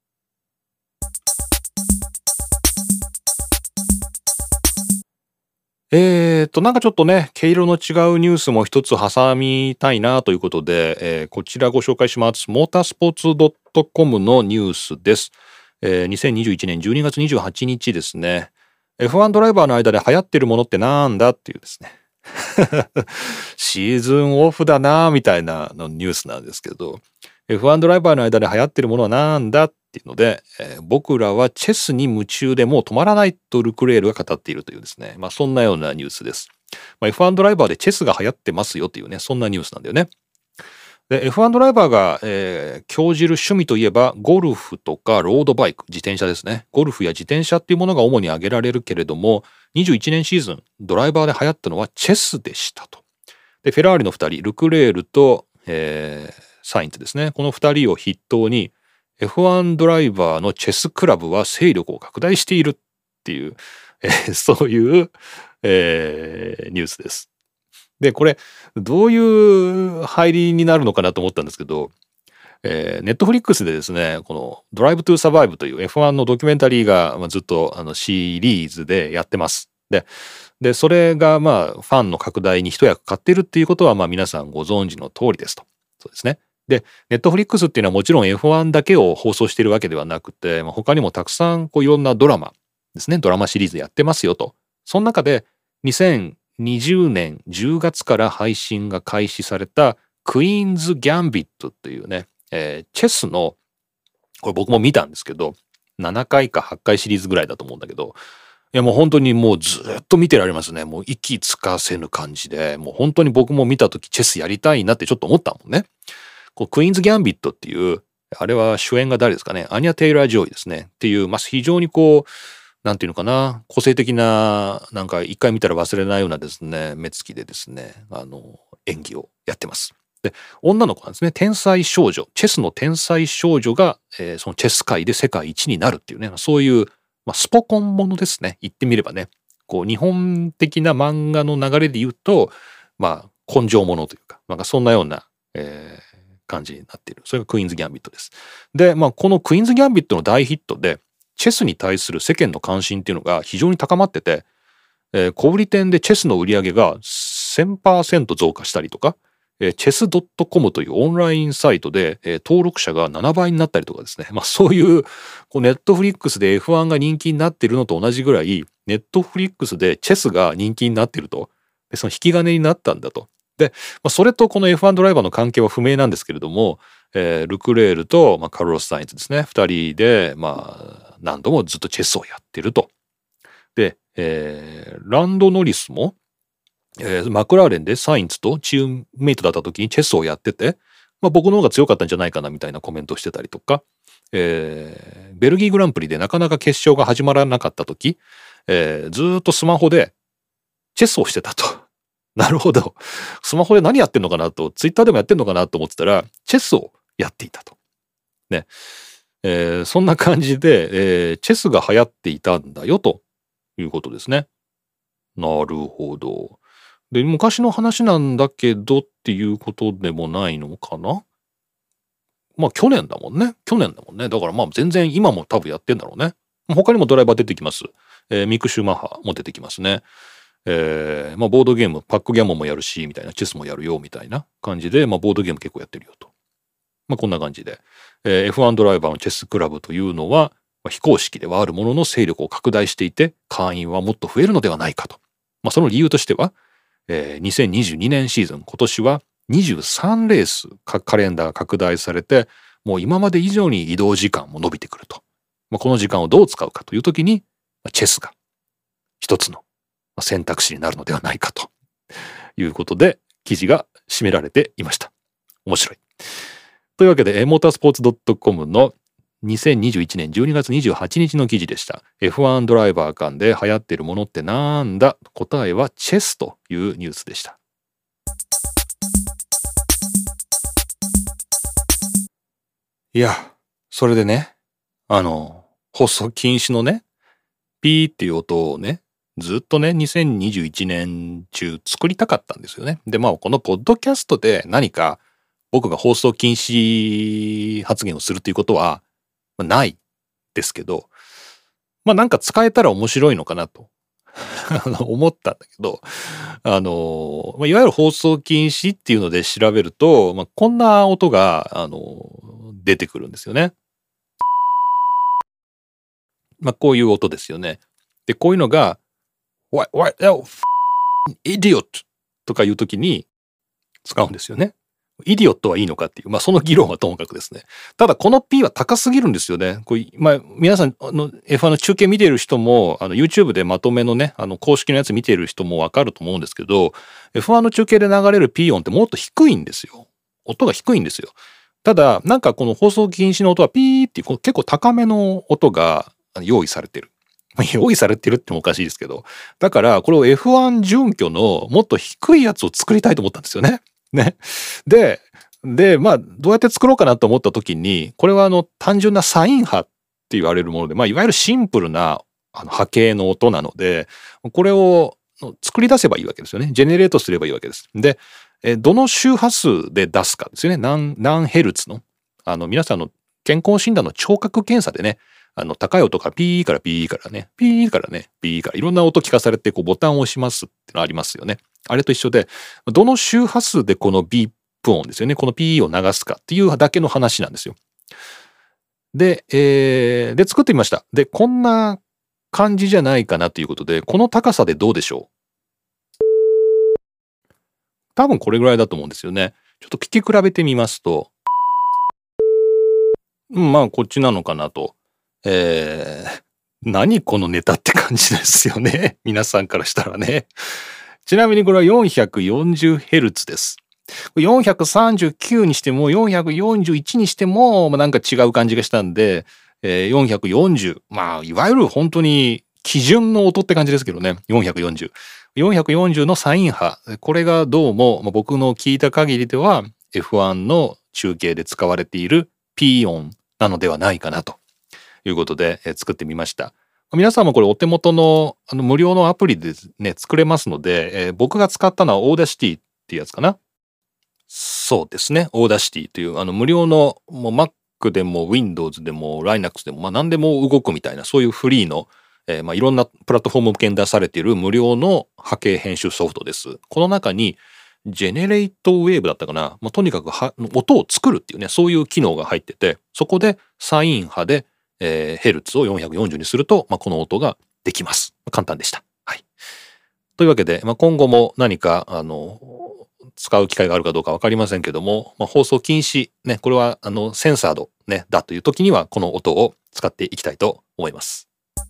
なんかちょっとね、毛色の違うニュースも一つ挟みたいなということで、こちらご紹介します。モータースポーツ .com のニュースです。2021年12月28日ですね。F1 ドライバーの間で流行ってるものってなんだっていうですね。シーズンオフだなみたいなのニュースなんですけど、F1 ドライバーの間で流行ってるものはなんだっていうので、僕らはチェスに夢中でもう止まらないとルクレールが語っているというですね、そんなようなニュースです。F1 ドライバーでチェスが流行ってますよというね、そんなニュースなんだよね。で、F1 ドライバーが、興じる趣味といえば、ゴルフとかロードバイク、自転車ですね。ゴルフや自転車っていうものが主に挙げられるけれども、21年シーズン、ドライバーで流行ったのはチェスでしたと。で、フェラーリの2人、ルクレールと、サインズですね。この2人を筆頭に、F1 ドライバーのチェスクラブは勢力を拡大しているっていう、そういう、ニュースです。で、これ、どういう入りになるのかなと思ったんですけど、ネットフリックスでですね、このドライブトゥーサバイブという F1 のドキュメンタリーがずっとシリーズでやってます。で、それがファンの拡大に一役買っているっていうことは皆さんご存知の通りですと。そうですね。 で、ネットフリックスっていうのはもちろん F1 だけを放送しているわけではなくて、他にもたくさんいろんなドラマですね、ドラマシリーズやってますよと。その中で2020年10月から配信が開始されたクイーンズ・ギャンビットというね、チェスの、これ僕も見たんですけど、7回か8回シリーズぐらいだと思うんだけど、いやもう本当にもうずっと見てられますね。もう息つかせぬ感じで、もう本当に僕も見た時チェスやりたいなってちょっと思ったもんね。クイーンズ・ギャンビットっていう、あれは主演が誰ですかね、アニャ・テイラー・ジョイですね。っていう、非常になんていうのかな、個性的な、なんか一回見たら忘れないようなですね、目つきでですね、演技をやってます。で、女の子なんですね。天才少女。チェスの天才少女が、そのチェス界で世界一になるっていうね、そういう、スポコンものですね。言ってみればね。日本的な漫画の流れで言うと、根性ものというか、なんかそんなような、感じになっている。それがクイーンズ・ギャンビットです。で、このクイーンズ・ギャンビットの大ヒットで、チェスに対する世間の関心っていうのが非常に高まってて、小売店でチェスの売り上げが 1000% 増加したりとか、チェス .com というオンラインサイトで、登録者が7倍になったりとかですね。そういう、ネットフリックスで F1 が人気になっているのと同じぐらい、ネットフリックスでチェスが人気になっていると。でその引き金になったんだと。で、それとこの F1 ドライバーの関係は不明なんですけれども、ルクレールと、カルロス・サインズですね。二人で、何度もずっとチェスをやってると。で、ランド・ノリスも、マクラーレンでサインズとチームメイトだった時にチェスをやってて、僕の方が強かったんじゃないかなみたいなコメントをしてたりとか、ベルギーグランプリでなかなか決勝が始まらなかった時、ずっとスマホでチェスをしてたと。なるほど。スマホで何やってんのかなと、ツイッターでもやってんのかなと思ってたら、チェスをやっていたと。ね。そんな感じで、チェスが流行っていたんだよということですね。なるほど。で、昔の話なんだけどっていうことでもないのかな。去年だもんね。去年だもんね。だから全然今も多分やってんだろうね。他にもドライバー出てきます。ミク・シューマッハも出てきますね。ボードゲーム、パックギャモンもやるし、みたいな、チェスもやるよ、みたいな感じで、ボードゲーム結構やってるよと。こんな感じで、F1 ドライバーのチェスクラブというのは、非公式ではあるものの勢力を拡大していて、会員はもっと増えるのではないかと。その理由としては、2022年シーズン、今年は23レースカレンダーが拡大されて、もう今まで以上に移動時間も伸びてくると。この時間をどう使うかというときに、チェスが一つの選択肢になるのではないかということで記事が締められていました。面白い。というわけで、モータースポーツ .com の2021年12月28日の記事でした。F1 ドライバー間で流行っているものってなんだ？答えはチェスというニュースでした。いや、それでね、放送禁止のね、ピーっていう音をね、ずっとね、2021年中作りたかったんですよね。で、このポッドキャストで何か僕が放送禁止発言をするということは、ないですけど、なんか使えたら面白いのかなと思ったんだけど、いわゆる放送禁止っていうので調べると、こんな音が、出てくるんですよね。こういう音ですよね。で、こういうのが、What, idiot とかいうときに使うんですよね。イディオットはいいのかっていう、その議論はともかくですね。ただこの P は高すぎるんですよね。皆さんF1 の中継見ている人もYouTube でまとめのね公式のやつ見ている人もわかると思うんですけど、F1 の中継で流れる P 音ってもっと低いんですよ。音が低いんですよ。ただなんかこの放送禁止の音はピーっていう結構高めの音が用意されてる。用意されてるってもおかしいですけど、だからこれを F1 準拠のもっと低いやつを作りたいと思ったんですよね。ね。で、どうやって作ろうかなと思った時に、これは単純なサイン波って言われるもので、いわゆるシンプルな波形の音なので、これを作り出せばいいわけですよね。ジェネレートすればいいわけです。で、どの周波数で出すかですよね。何ヘルツの。皆さんの健康診断の聴覚検査でね、高い音からピーからピーからね、ピーからね、ピーからいろんな音聞かされてボタンを押しますってのありますよね。あれと一緒で、どの周波数でこのビープ音ですよね。このピーを流すかっていうだけの話なんですよ。で、作ってみました。で、こんな感じじゃないかなということで、この高さでどうでしょう？多分これぐらいだと思うんですよね。ちょっと聞き比べてみますと、まあこっちなのかなと。何このネタって感じですよね。皆さんからしたらね。ちなみにこれは 440Hz です。439にしても441にしてもなんか違う感じがしたんで、440、まあいわゆる本当に基準の音って感じですけどね。440。440のサイン波。これがどうも、僕の聞いた限りでは F1 の中継で使われている P 音なのではないかなということで作ってみました。皆さんもこれお手元の無料のアプリでね作れますので、僕が使ったのはオーダーシティっていうやつかな。そうですね。オーダーシティという無料のもう Mac でも Windows でも Linux でも何でも動くみたいなそういうフリーの、いろんなプラットフォーム向けに出されている無料の波形編集ソフトです。この中にジェネレートウェーブだったかな。とにかく音を作るっていうね、そういう機能が入ってて、そこでサイン波で、ヘルツを440にすると、この音ができます。簡単でした。はい。というわけで、今後も何か、使う機会があるかどうかわかりませんけども、放送禁止、ね、これは、センサード、ね、だという時には、この音を使っていきたいと思います。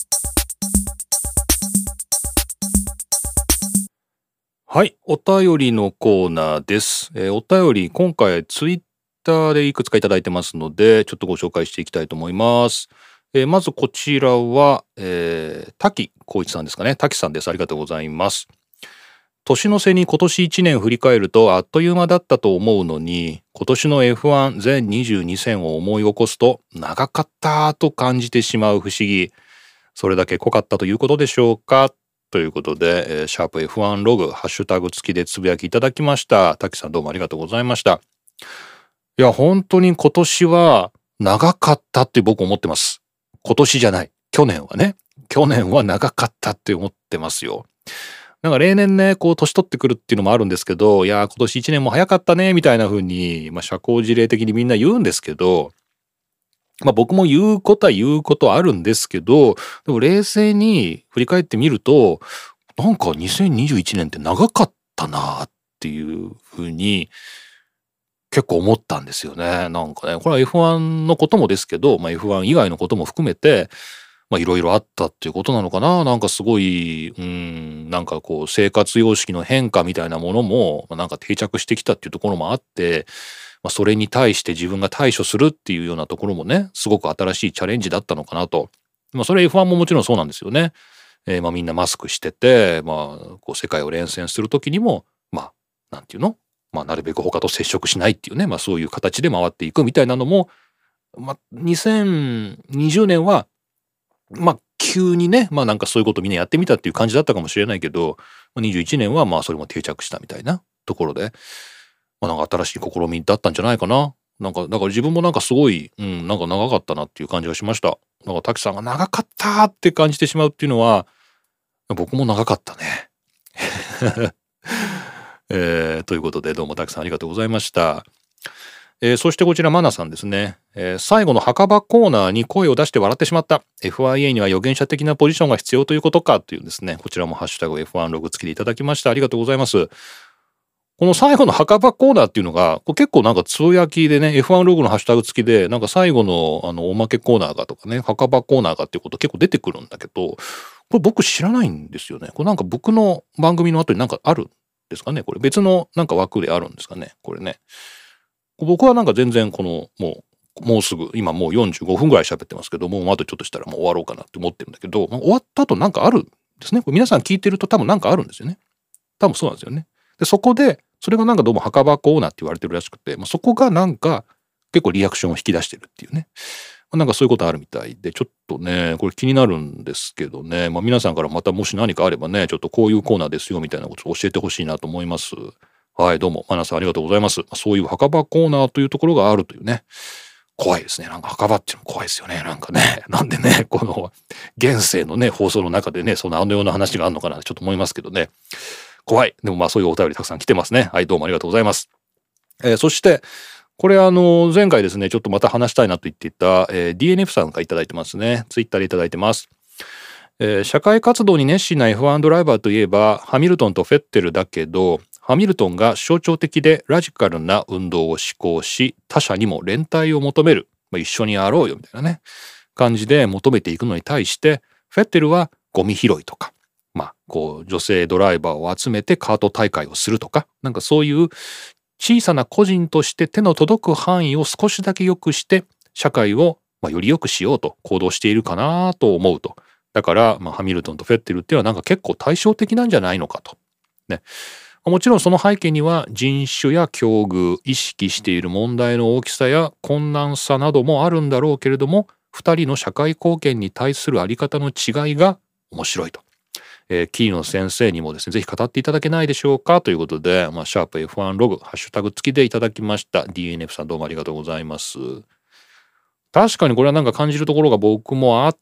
はい。お便りのコーナーです。お便り、今回ツイッターでいくつかいただいてますので、ちょっとご紹介していきたいと思います。まずこちらは、滝光一さんですかね。滝さんです。ありがとうございます。年の瀬に今年1年振り返るとあっという間だったと思うのに、今年の F1 全22戦を思い起こすと長かったと感じてしまう不思議。それだけ濃かったということでしょうかということで、シャープ F1 ログ、ハッシュタグ付きでつぶやきいただきました。滝さんどうもありがとうございました。いや、本当に今年は長かったって僕思ってます。今年じゃない。去年はね。去年は長かったって思ってますよ。なんか例年ね、こう年取ってくるっていうのもあるんですけど、いや、今年1年も早かったね、みたいな風に、社交辞令的にみんな言うんですけど、僕も言うことは言うことあるんですけど、でも冷静に振り返ってみると、なんか2021年って長かったなっていう風に結構思ったんですよね。なんかね、これは F1 のこともですけど、F1 以外のことも含めて、いろいろあったっていうことなのかな。なんかすごい、なんかこう生活様式の変化みたいなものも、なんか定着してきたっていうところもあって、それに対して自分が対処するっていうようなところもね、すごく新しいチャレンジだったのかなと。それ F1 ももちろんそうなんですよね。みんなマスクしてて、こう世界を連戦する時にも、なんていうのなるべく他と接触しないっていうね、そういう形で回っていくみたいなのも、2020年は、急にね、なんかそういうことみんなやってみたっていう感じだったかもしれないけど、21年はそれも定着したみたいなところで、なんか新しい試みだったんじゃないかな。なんか、だから自分もなんかすごい、なんか長かったなっていう感じがしました。なんか滝さんが長かったって感じてしまうっていうのは、僕も長かったね。ということでどうも滝さんありがとうございました。そしてこちらマナさんですね、最後の墓場コーナーに声を出して笑ってしまった。 FIA には預言者的なポジションが必要ということかというですね、こちらもハッシュタグ F1 ログ付きでいただきました。ありがとうございます。この最後の墓場コーナーっていうのが結構なんかつぶやきでね F1 ログのハッシュタグ付きでなんか最後のおまけコーナーがとかね墓場コーナーがっていうこと結構出てくるんだけど、これ僕知らないんですよね。これなんか僕の番組の後になんかあるんですかね。これ別のなんか枠であるんですかね。これね。僕はなんか全然このもうすぐ今もう45分ぐらい喋ってますけども、あとちょっとしたらもう終わろうかなって思ってるんだけど、終わった後なんかあるんですね。これ皆さん聞いてると多分なんかあるんですよね。多分そうなんですよね。でそこでそれがなんかどうも墓場コーナーって言われてるらしくて、そこがなんか結構リアクションを引き出してるっていうね。なんかそういうことあるみたいで、ちょっとね、これ気になるんですけどね。皆さんからまたもし何かあればね、ちょっとこういうコーナーですよみたいなことを教えてほしいなと思います。はい、どうも、マナさんありがとうございます。そういう墓場コーナーというところがあるというね。怖いですね。なんか墓場っていうのも怖いですよね。なんかね。なんでね、この現世のね、放送の中でね、そのような話があるのかなちょっと思いますけどね。怖い。でもそういうお便りたくさん来てますね。はい、どうもありがとうございます。 そしてこれ前回ですねちょっとまた話したいなと言っていた、DNF さんがいただいてますね。ツイッターでいただいてます。社会活動に熱心な F1 ドライバーといえばハミルトンとフェッテルだけど、ハミルトンが象徴的でラジカルな運動を施行し、他者にも連帯を求める、一緒にやろうよみたいなね感じで求めていくのに対して、フェッテルはゴミ拾いとか、こう女性ドライバーを集めてカート大会をするとか、なんかそういう小さな個人として手の届く範囲を少しだけ良くして社会をより良くしようと行動しているかなと思うと。だからハミルトンとフェッテルっていうのはなんか結構対照的なんじゃないのかと。ね。もちろんその背景には人種や境遇、意識している問題の大きさや困難さなどもあるんだろうけれども、二人の社会貢献に対するあり方の違いが面白いと。キーの先生にもですね、ぜひ語っていただけないでしょうかということで、シャープ F1 ログ、ハッシュタグ付きでいただきました。DNF さんどうもありがとうございます。確かにこれはなんか感じるところが僕もあって、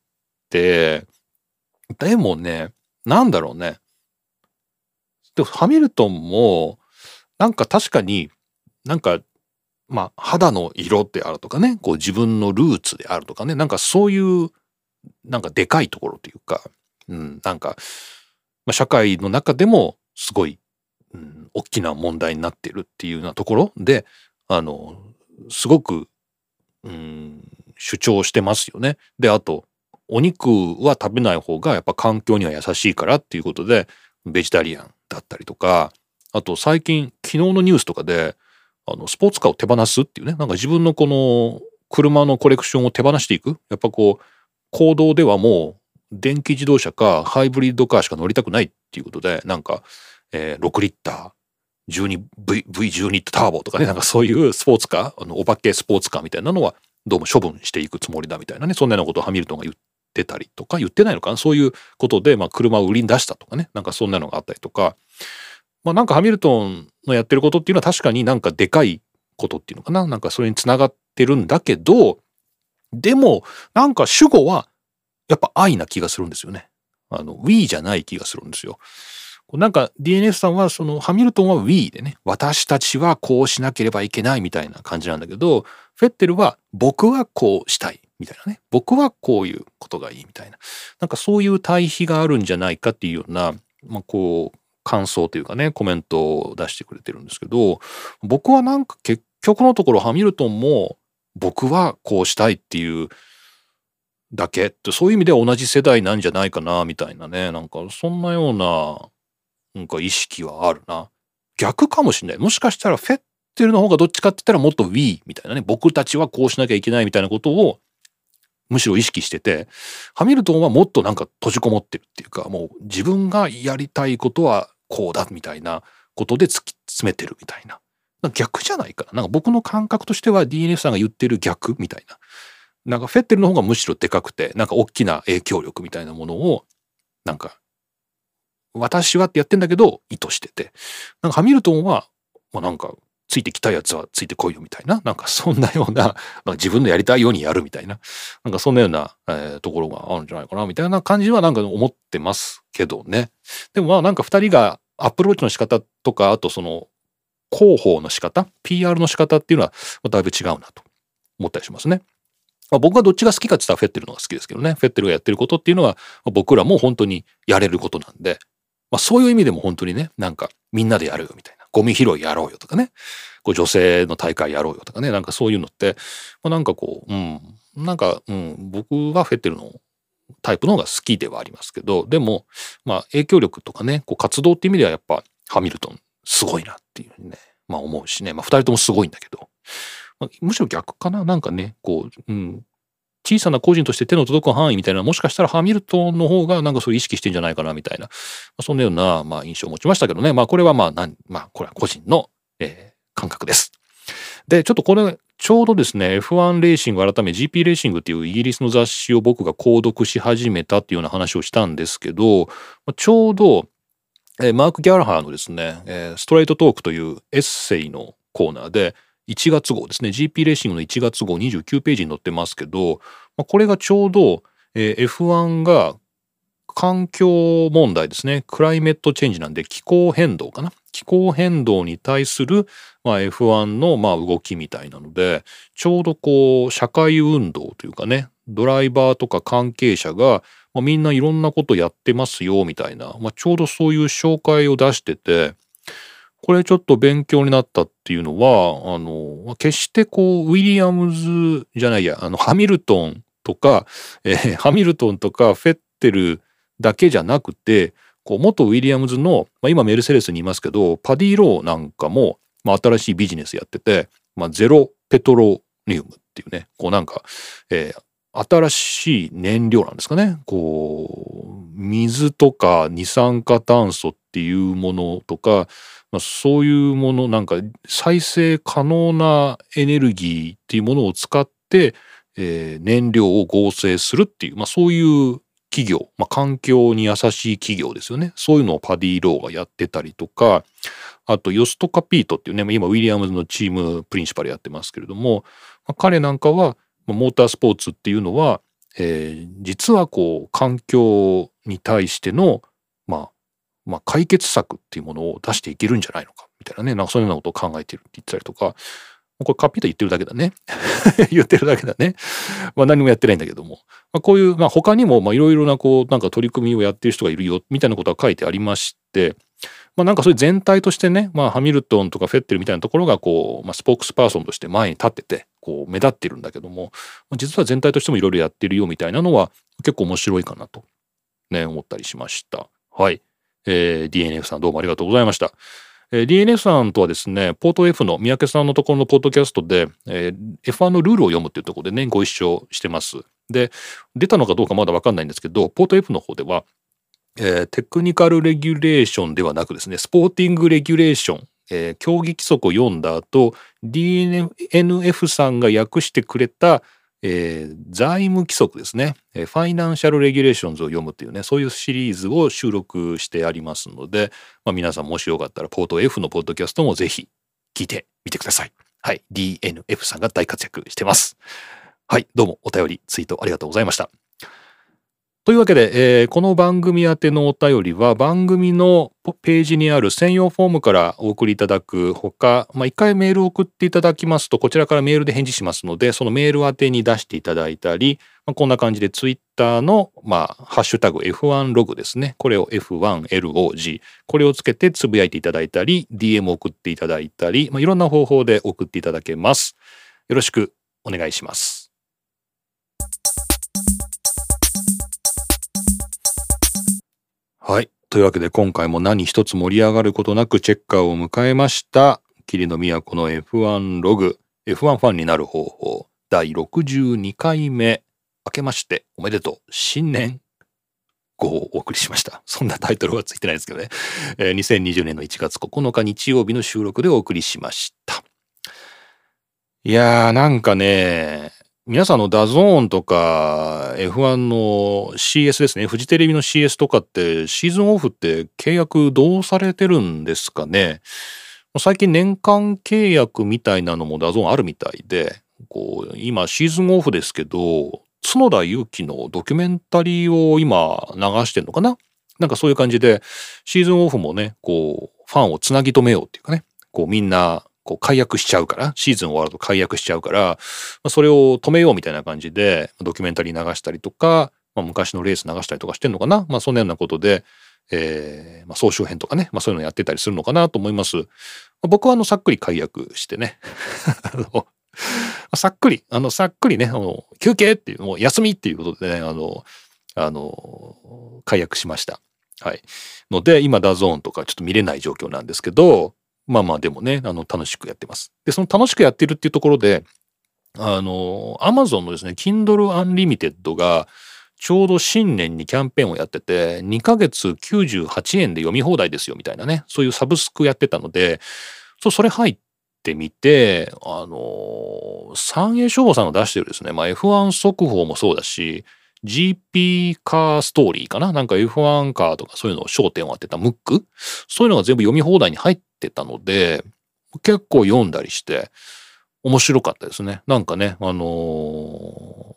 でもね、なんだろうね。でもハミルトンも、なんか確かになんか、肌の色であるとかね、こう自分のルーツであるとかね、なんかそういう、なんかでかいところというか、なんか、社会の中でもすごい、大きな問題になってるっていうようなところで、すごく、主張してますよね。で、あと、お肉は食べない方がやっぱ環境には優しいからっていうことで、ベジタリアンだったりとか、あと最近、昨日のニュースとかで、スポーツカーを手放すっていうね、なんか自分のこの車のコレクションを手放していく。やっぱこう、公道ではもう電気自動車かハイブリッドカーしか乗りたくないっていうことで、なんか、6リッター、V12 ターボとかね、なんかそういうスポーツカー、お化けスポーツカーみたいなのはどうも処分していくつもりだみたいなね、そんなようなことをハミルトンが言ってたりとか、言ってないのかな、そういうことで、車を売りに出したとかね、なんかそんなのがあったりとか、なんかハミルトンのやってることっていうのは確かになんかでかいことっていうのかな、なんかそれにつながってるんだけど、でもなんか主語はやっぱ愛な気がするんですよね。We じゃない気がするんですよ。なんか DNF さんはそのハミルトンは We でね、私たちはこうしなければいけないみたいな感じなんだけど、フェッテルは僕はこうしたいみたいなね、僕はこういうことがいいみたいな、なんかそういう対比があるんじゃないかっていうような、こう感想というかね、コメントを出してくれてるんですけど、僕はなんか結局のところハミルトンも僕はこうしたいっていうだけって、そういう意味では同じ世代なんじゃないかなみたいなね、なんかそんなようななんか意識はあるな。逆かもしれない。もしかしたらフェッテルの方がどっちかって言ったらもっと We みたいなね、僕たちはこうしなきゃいけないみたいなことをむしろ意識してて、ハミルトンはもっとなんか閉じこもってるっていうか、もう自分がやりたいことはこうだみたいなことで突き詰めてるみたいな。逆じゃないかな。なんか僕の感覚としては DNF さんが言ってる逆みたいな。なんかフェッテルの方がむしろでかくて、なんか大きな影響力みたいなものを、なんか、私はってやってんだけど、意図してて。なんかハミルトンは、なんか、ついてきたやつはついてこいよみたいな。なんかそんなような、自分のやりたいようにやるみたいな。なんかそんなような、ところがあるんじゃないかな、みたいな感じはなんか思ってますけどね。でもなんか二人がアプローチの仕方とか、あとその、広報の仕方、PR の仕方っていうのはだいぶ違うなと思ったりしますね。僕はどっちが好きかって言ったらフェッテルの方が好きですけどね。フェッテルがやってることっていうのは僕らも本当にやれることなんで、そういう意味でも本当にね、なんかみんなでやるよみたいな。ゴミ拾いやろうよとかね。女性の大会やろうよとかね。なんかそういうのって、なんかこう、僕はフェッテルのタイプの方が好きではありますけど、でも、影響力とかね、活動っていう意味ではやっぱハミルトンすごいなっていうふうにね、思うしね。二人ともすごいんだけど。むしろ逆かな、なんかね、小さな個人として手の届く範囲みたいな、もしかしたらハミルトンの方がなんかそういう意識してんじゃないかなみたいな、そんなような、印象を持ちましたけどね。これはこれは個人の、感覚です。で、ちょっとこれ、ちょうどですね、F1 レーシング改め GP レーシングっていうイギリスの雑誌を僕が購読し始めたっていうような話をしたんですけど、ちょうど、マーク・ギャラハーのですね、ストレートトークというエッセイのコーナーで、1月号ですね。GP レーシングの1月号29ページに載ってますけど、これがちょうど、F1 が環境問題ですね。クライメットチェンジなんで気候変動かな。気候変動に対する、F1 の動きみたいなので、ちょうどこう社会運動というかね、ドライバーとか関係者が、みんないろんなことやってますよみたいな、ちょうどそういう紹介を出してて、これちょっと勉強になったっていうのは、決してこうウィリアムズじゃないや、ハミルトンとか、ハミルトンとかフェッテルだけじゃなくて、こう元ウィリアムズの、今メルセデスにいますけど、パディ・ローなんかも、新しいビジネスやってて、ゼロペトロリウムっていうね、こうなんか、新しい燃料なんですかね。こう、水とか二酸化炭素っていうものとか、そういうもの、なんか再生可能なエネルギーっていうものを使って、燃料を合成するっていう、そういう企業、環境に優しい企業ですよね。そういうのをパディ・ローがやってたりとか、あとヨスト・カピートっていうね、今ウィリアムズのチームプリンシパルやってますけれども、彼なんかはモータースポーツっていうのは、実はこう環境に対しての解決策っていうものを出していけるんじゃないのかみたいなね、なんかそういうようなことを考えているって言ってたりとか、これカピート言ってるだけだね言ってるだけだね。何もやってないんだけども、こういう、他にもいろいろなこうなんか取り組みをやってる人がいるよみたいなことが書いてありまして、なんかそういう全体としてね、ハミルトンとかフェッテルみたいなところがこう、スポークスパーソンとして前に立っててこう目立ってるんだけども、実は全体としてもいろいろやってるよみたいなのは結構面白いかなとね思ったりしました。はい、DNF さんどうもありがとうございました。DNF さんとはですね、ポート F の三宅さんのところのポッドキャストで、F1 のルールを読むっていうところでねご一緒してます。で、出たのかどうかまだ分かんないんですけど、ポート F の方ではテクニカルレギュレーションではなくですね、スポーティングレギュレーション、競技規則を読んだ後、DNF さんが訳してくれた、財務規則ですね、ファイナンシャルレギュレーションズを読むっていうね、そういうシリーズを収録してありますので、皆さんもしよかったらポート F のポッドキャストもぜひ聞いてみてください。はい、DNF さんが大活躍してます。はい、どうもお便りツイートありがとうございました。というわけで、この番組宛てのお便りは番組のページにある専用フォームからお送りいただくほか、一回メールを送っていただきますとこちらからメールで返事しますので、そのメール宛てに出していただいたり、こんな感じでツイッターの、ハッシュタグ F1 ログですね。これを F1LOG。これをつけてつぶやいていただいたり、DM を送っていただいたり、いろんな方法で送っていただけます。よろしくお願いします。はい。というわけで今回も何一つ盛り上がることなくチェッカーを迎えました。霧の都の F1 ログ、F1 ファンになる方法、第62回目。明けましておめでとう。新年号をお送りしました。そんなタイトルはついてないですけどね。2020年の1月9日日曜日の収録でお送りしました。いやーなんかね、皆さんのダゾーンとか F1 の CS ですね、フジテレビの CS とかってシーズンオフって契約どうされてるんですかね。最近年間契約みたいなのもダゾーンあるみたいで、こう今シーズンオフですけど、角田裕樹のドキュメンタリーを今流してんのかな。なんかそういう感じでシーズンオフもね、こうファンをつなぎ止めようっていうかね、こうみんなこう解約しちゃうから、シーズン終わると解約しちゃうから、それを止めようみたいな感じでドキュメンタリー流したりとか、昔のレース流したりとかしてんのかな。そんなようなことで、総集編とかね、そういうのやってたりするのかなと思います。僕はさっくり解約してねさっくりね、休憩っていう、もう休みっていうことでね、解約しました。はい。ので、今ダゾーンとかちょっと見れない状況なんですけど、でもね、楽しくやってます。で、その楽しくやってるっていうところで、Amazon のですね、Kindle Unlimited が、ちょうど新年にキャンペーンをやってて、2ヶ月98円で読み放題ですよ、みたいなね、そういうサブスクやってたので、それ入ってみて、三栄翔吾さんが出してるですね、F1 速報もそうだし、GP カーストーリーかな、なんか F1 カーとかそういうのを焦点を当てたムック、そういうのが全部読み放題に入ってたので、結構読んだりして面白かったですね。なんかね、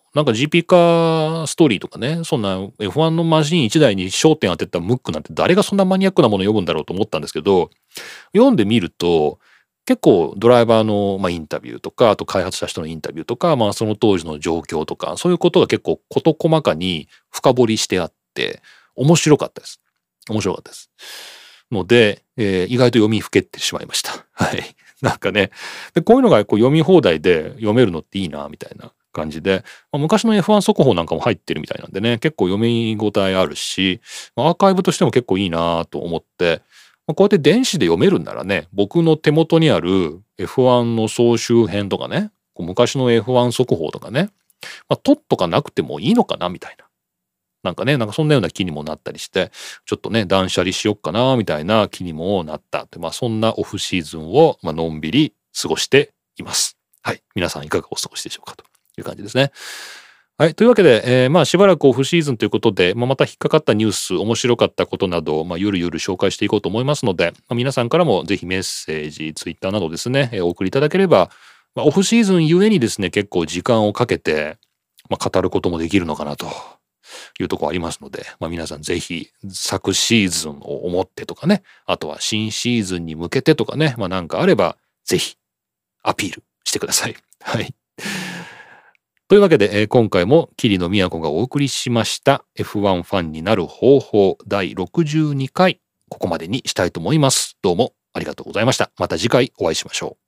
なんか GP カーストーリーとかね、そんな F1 のマシン1台に焦点当てたムックなんて誰がそんなマニアックなもの読むんだろうと思ったんですけど、読んでみると結構ドライバーの、インタビューとか、あと開発した人のインタビューとか、その当時の状況とか、そういうことが結構事細かに深掘りしてあって面白かったです。面白かったです。ので、意外と読みふけってしまいました。はい。なんかね、でこういうのが読み放題で読めるのっていいなみたいな感じで、昔の F1 速報なんかも入ってるみたいなんでね、結構読み応えあるし、アーカイブとしても結構いいなと思って、こうやって電子で読めるんならね、僕の手元にある F1 の総集編とかね、昔の F1 速報とかね、取っとかなくてもいいのかなみたいな。なんかね、なんかそんなような気にもなったりして、ちょっとね、断捨離しよっかな、みたいな気にもなったって、そんなオフシーズンを、のんびり過ごしています。はい。皆さんいかがお過ごしでしょうかという感じですね。はい。というわけで、しばらくオフシーズンということで、また引っかかったニュース、面白かったことなどを、ゆるゆる紹介していこうと思いますので、皆さんからもぜひメッセージ、ツイッターなどですね、お送りいただければ、オフシーズンゆえにですね、結構時間をかけて、語ることもできるのかなというところありますので、皆さんぜひ昨シーズンを思ってとかね、あとは新シーズンに向けてとかね、なんかあればぜひアピールしてください。はい。というわけで、今回も桐野都がお送りしました F1 ファンになる方法第62回、ここまでにしたいと思います。どうもありがとうございました。また次回お会いしましょう。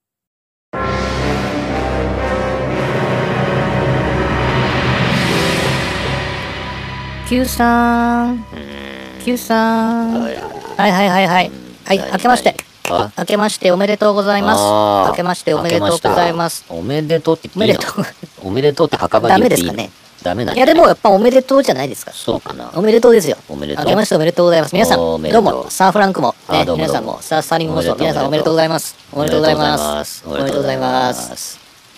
Q さん、Q さん、はい、明けまして。明けましておめでとうございます。明けましておめでとうございます。 おめでとうって言っていいの？おめでとうって墓場に言っていいの？ ダメですかね。 ダメなんいやでもやっぱおめでとうじゃないですか。 そうかな。 おめでとうですよ。 おめでとう。 明けましておめでとうございます。皆さんどうもサーフランクもね、 皆さんもスターリングもそう皆さんおめでとうございます。おめでとうございます。おめでとうございます。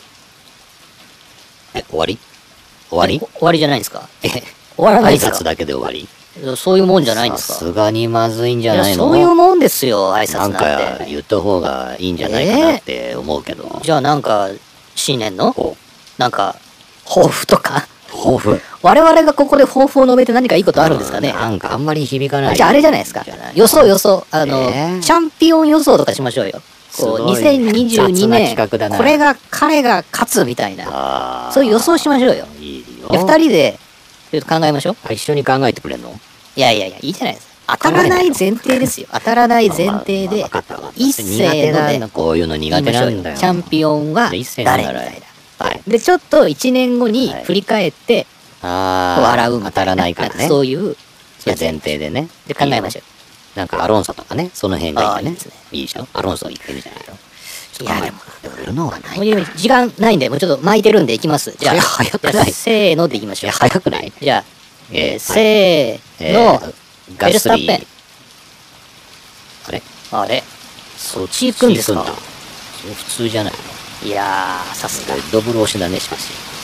終わり？終わり？ 終わりじゃないですか。終わらないですか。 挨拶だけで終わり？ そういうもんじゃないんですか。 さすがにまずいんじゃないの？ そういうもんですよ、挨拶なんて。 なんか言った方がいいんじゃないかなって思うけど。 じゃあなんか新年のなんか抱負とか。 抱負？ 我々がここで抱負を述べて何かいいことあるんですかね。 なんかあんまり響かない。 じゃああれじゃないですか。予想チャンピオン予想とかしましょうよ。2022年これが彼が勝つみたいな、そういう予想しましょうよ。2人でちょっと考えましょう。 一緒に考えてくれんの？ いやいいじゃないですか。当たらない前提ですよ。当たらない前提で一斉のでこういうの苦手なんだよ。 チャンピオンは誰みたいな。でちょっと1年後に振り返って笑うみたいな。 当たらないからね。 そういう前提でね。 で考えましょう。 なんかアロンソとかね、その辺がいいね。いいでしょ？アロンソ言ってるじゃないの。 いやでもやるのはない。時間ないんでもうちょっと巻いてるんでいきます。じゃあ早くない？ せーのでいきましょう。 早くない？ じゃあせーの。 ガスリー。 あれそっち行くんですか？ 普通じゃないの？ いやーさすがレッドブル推しだねしかし。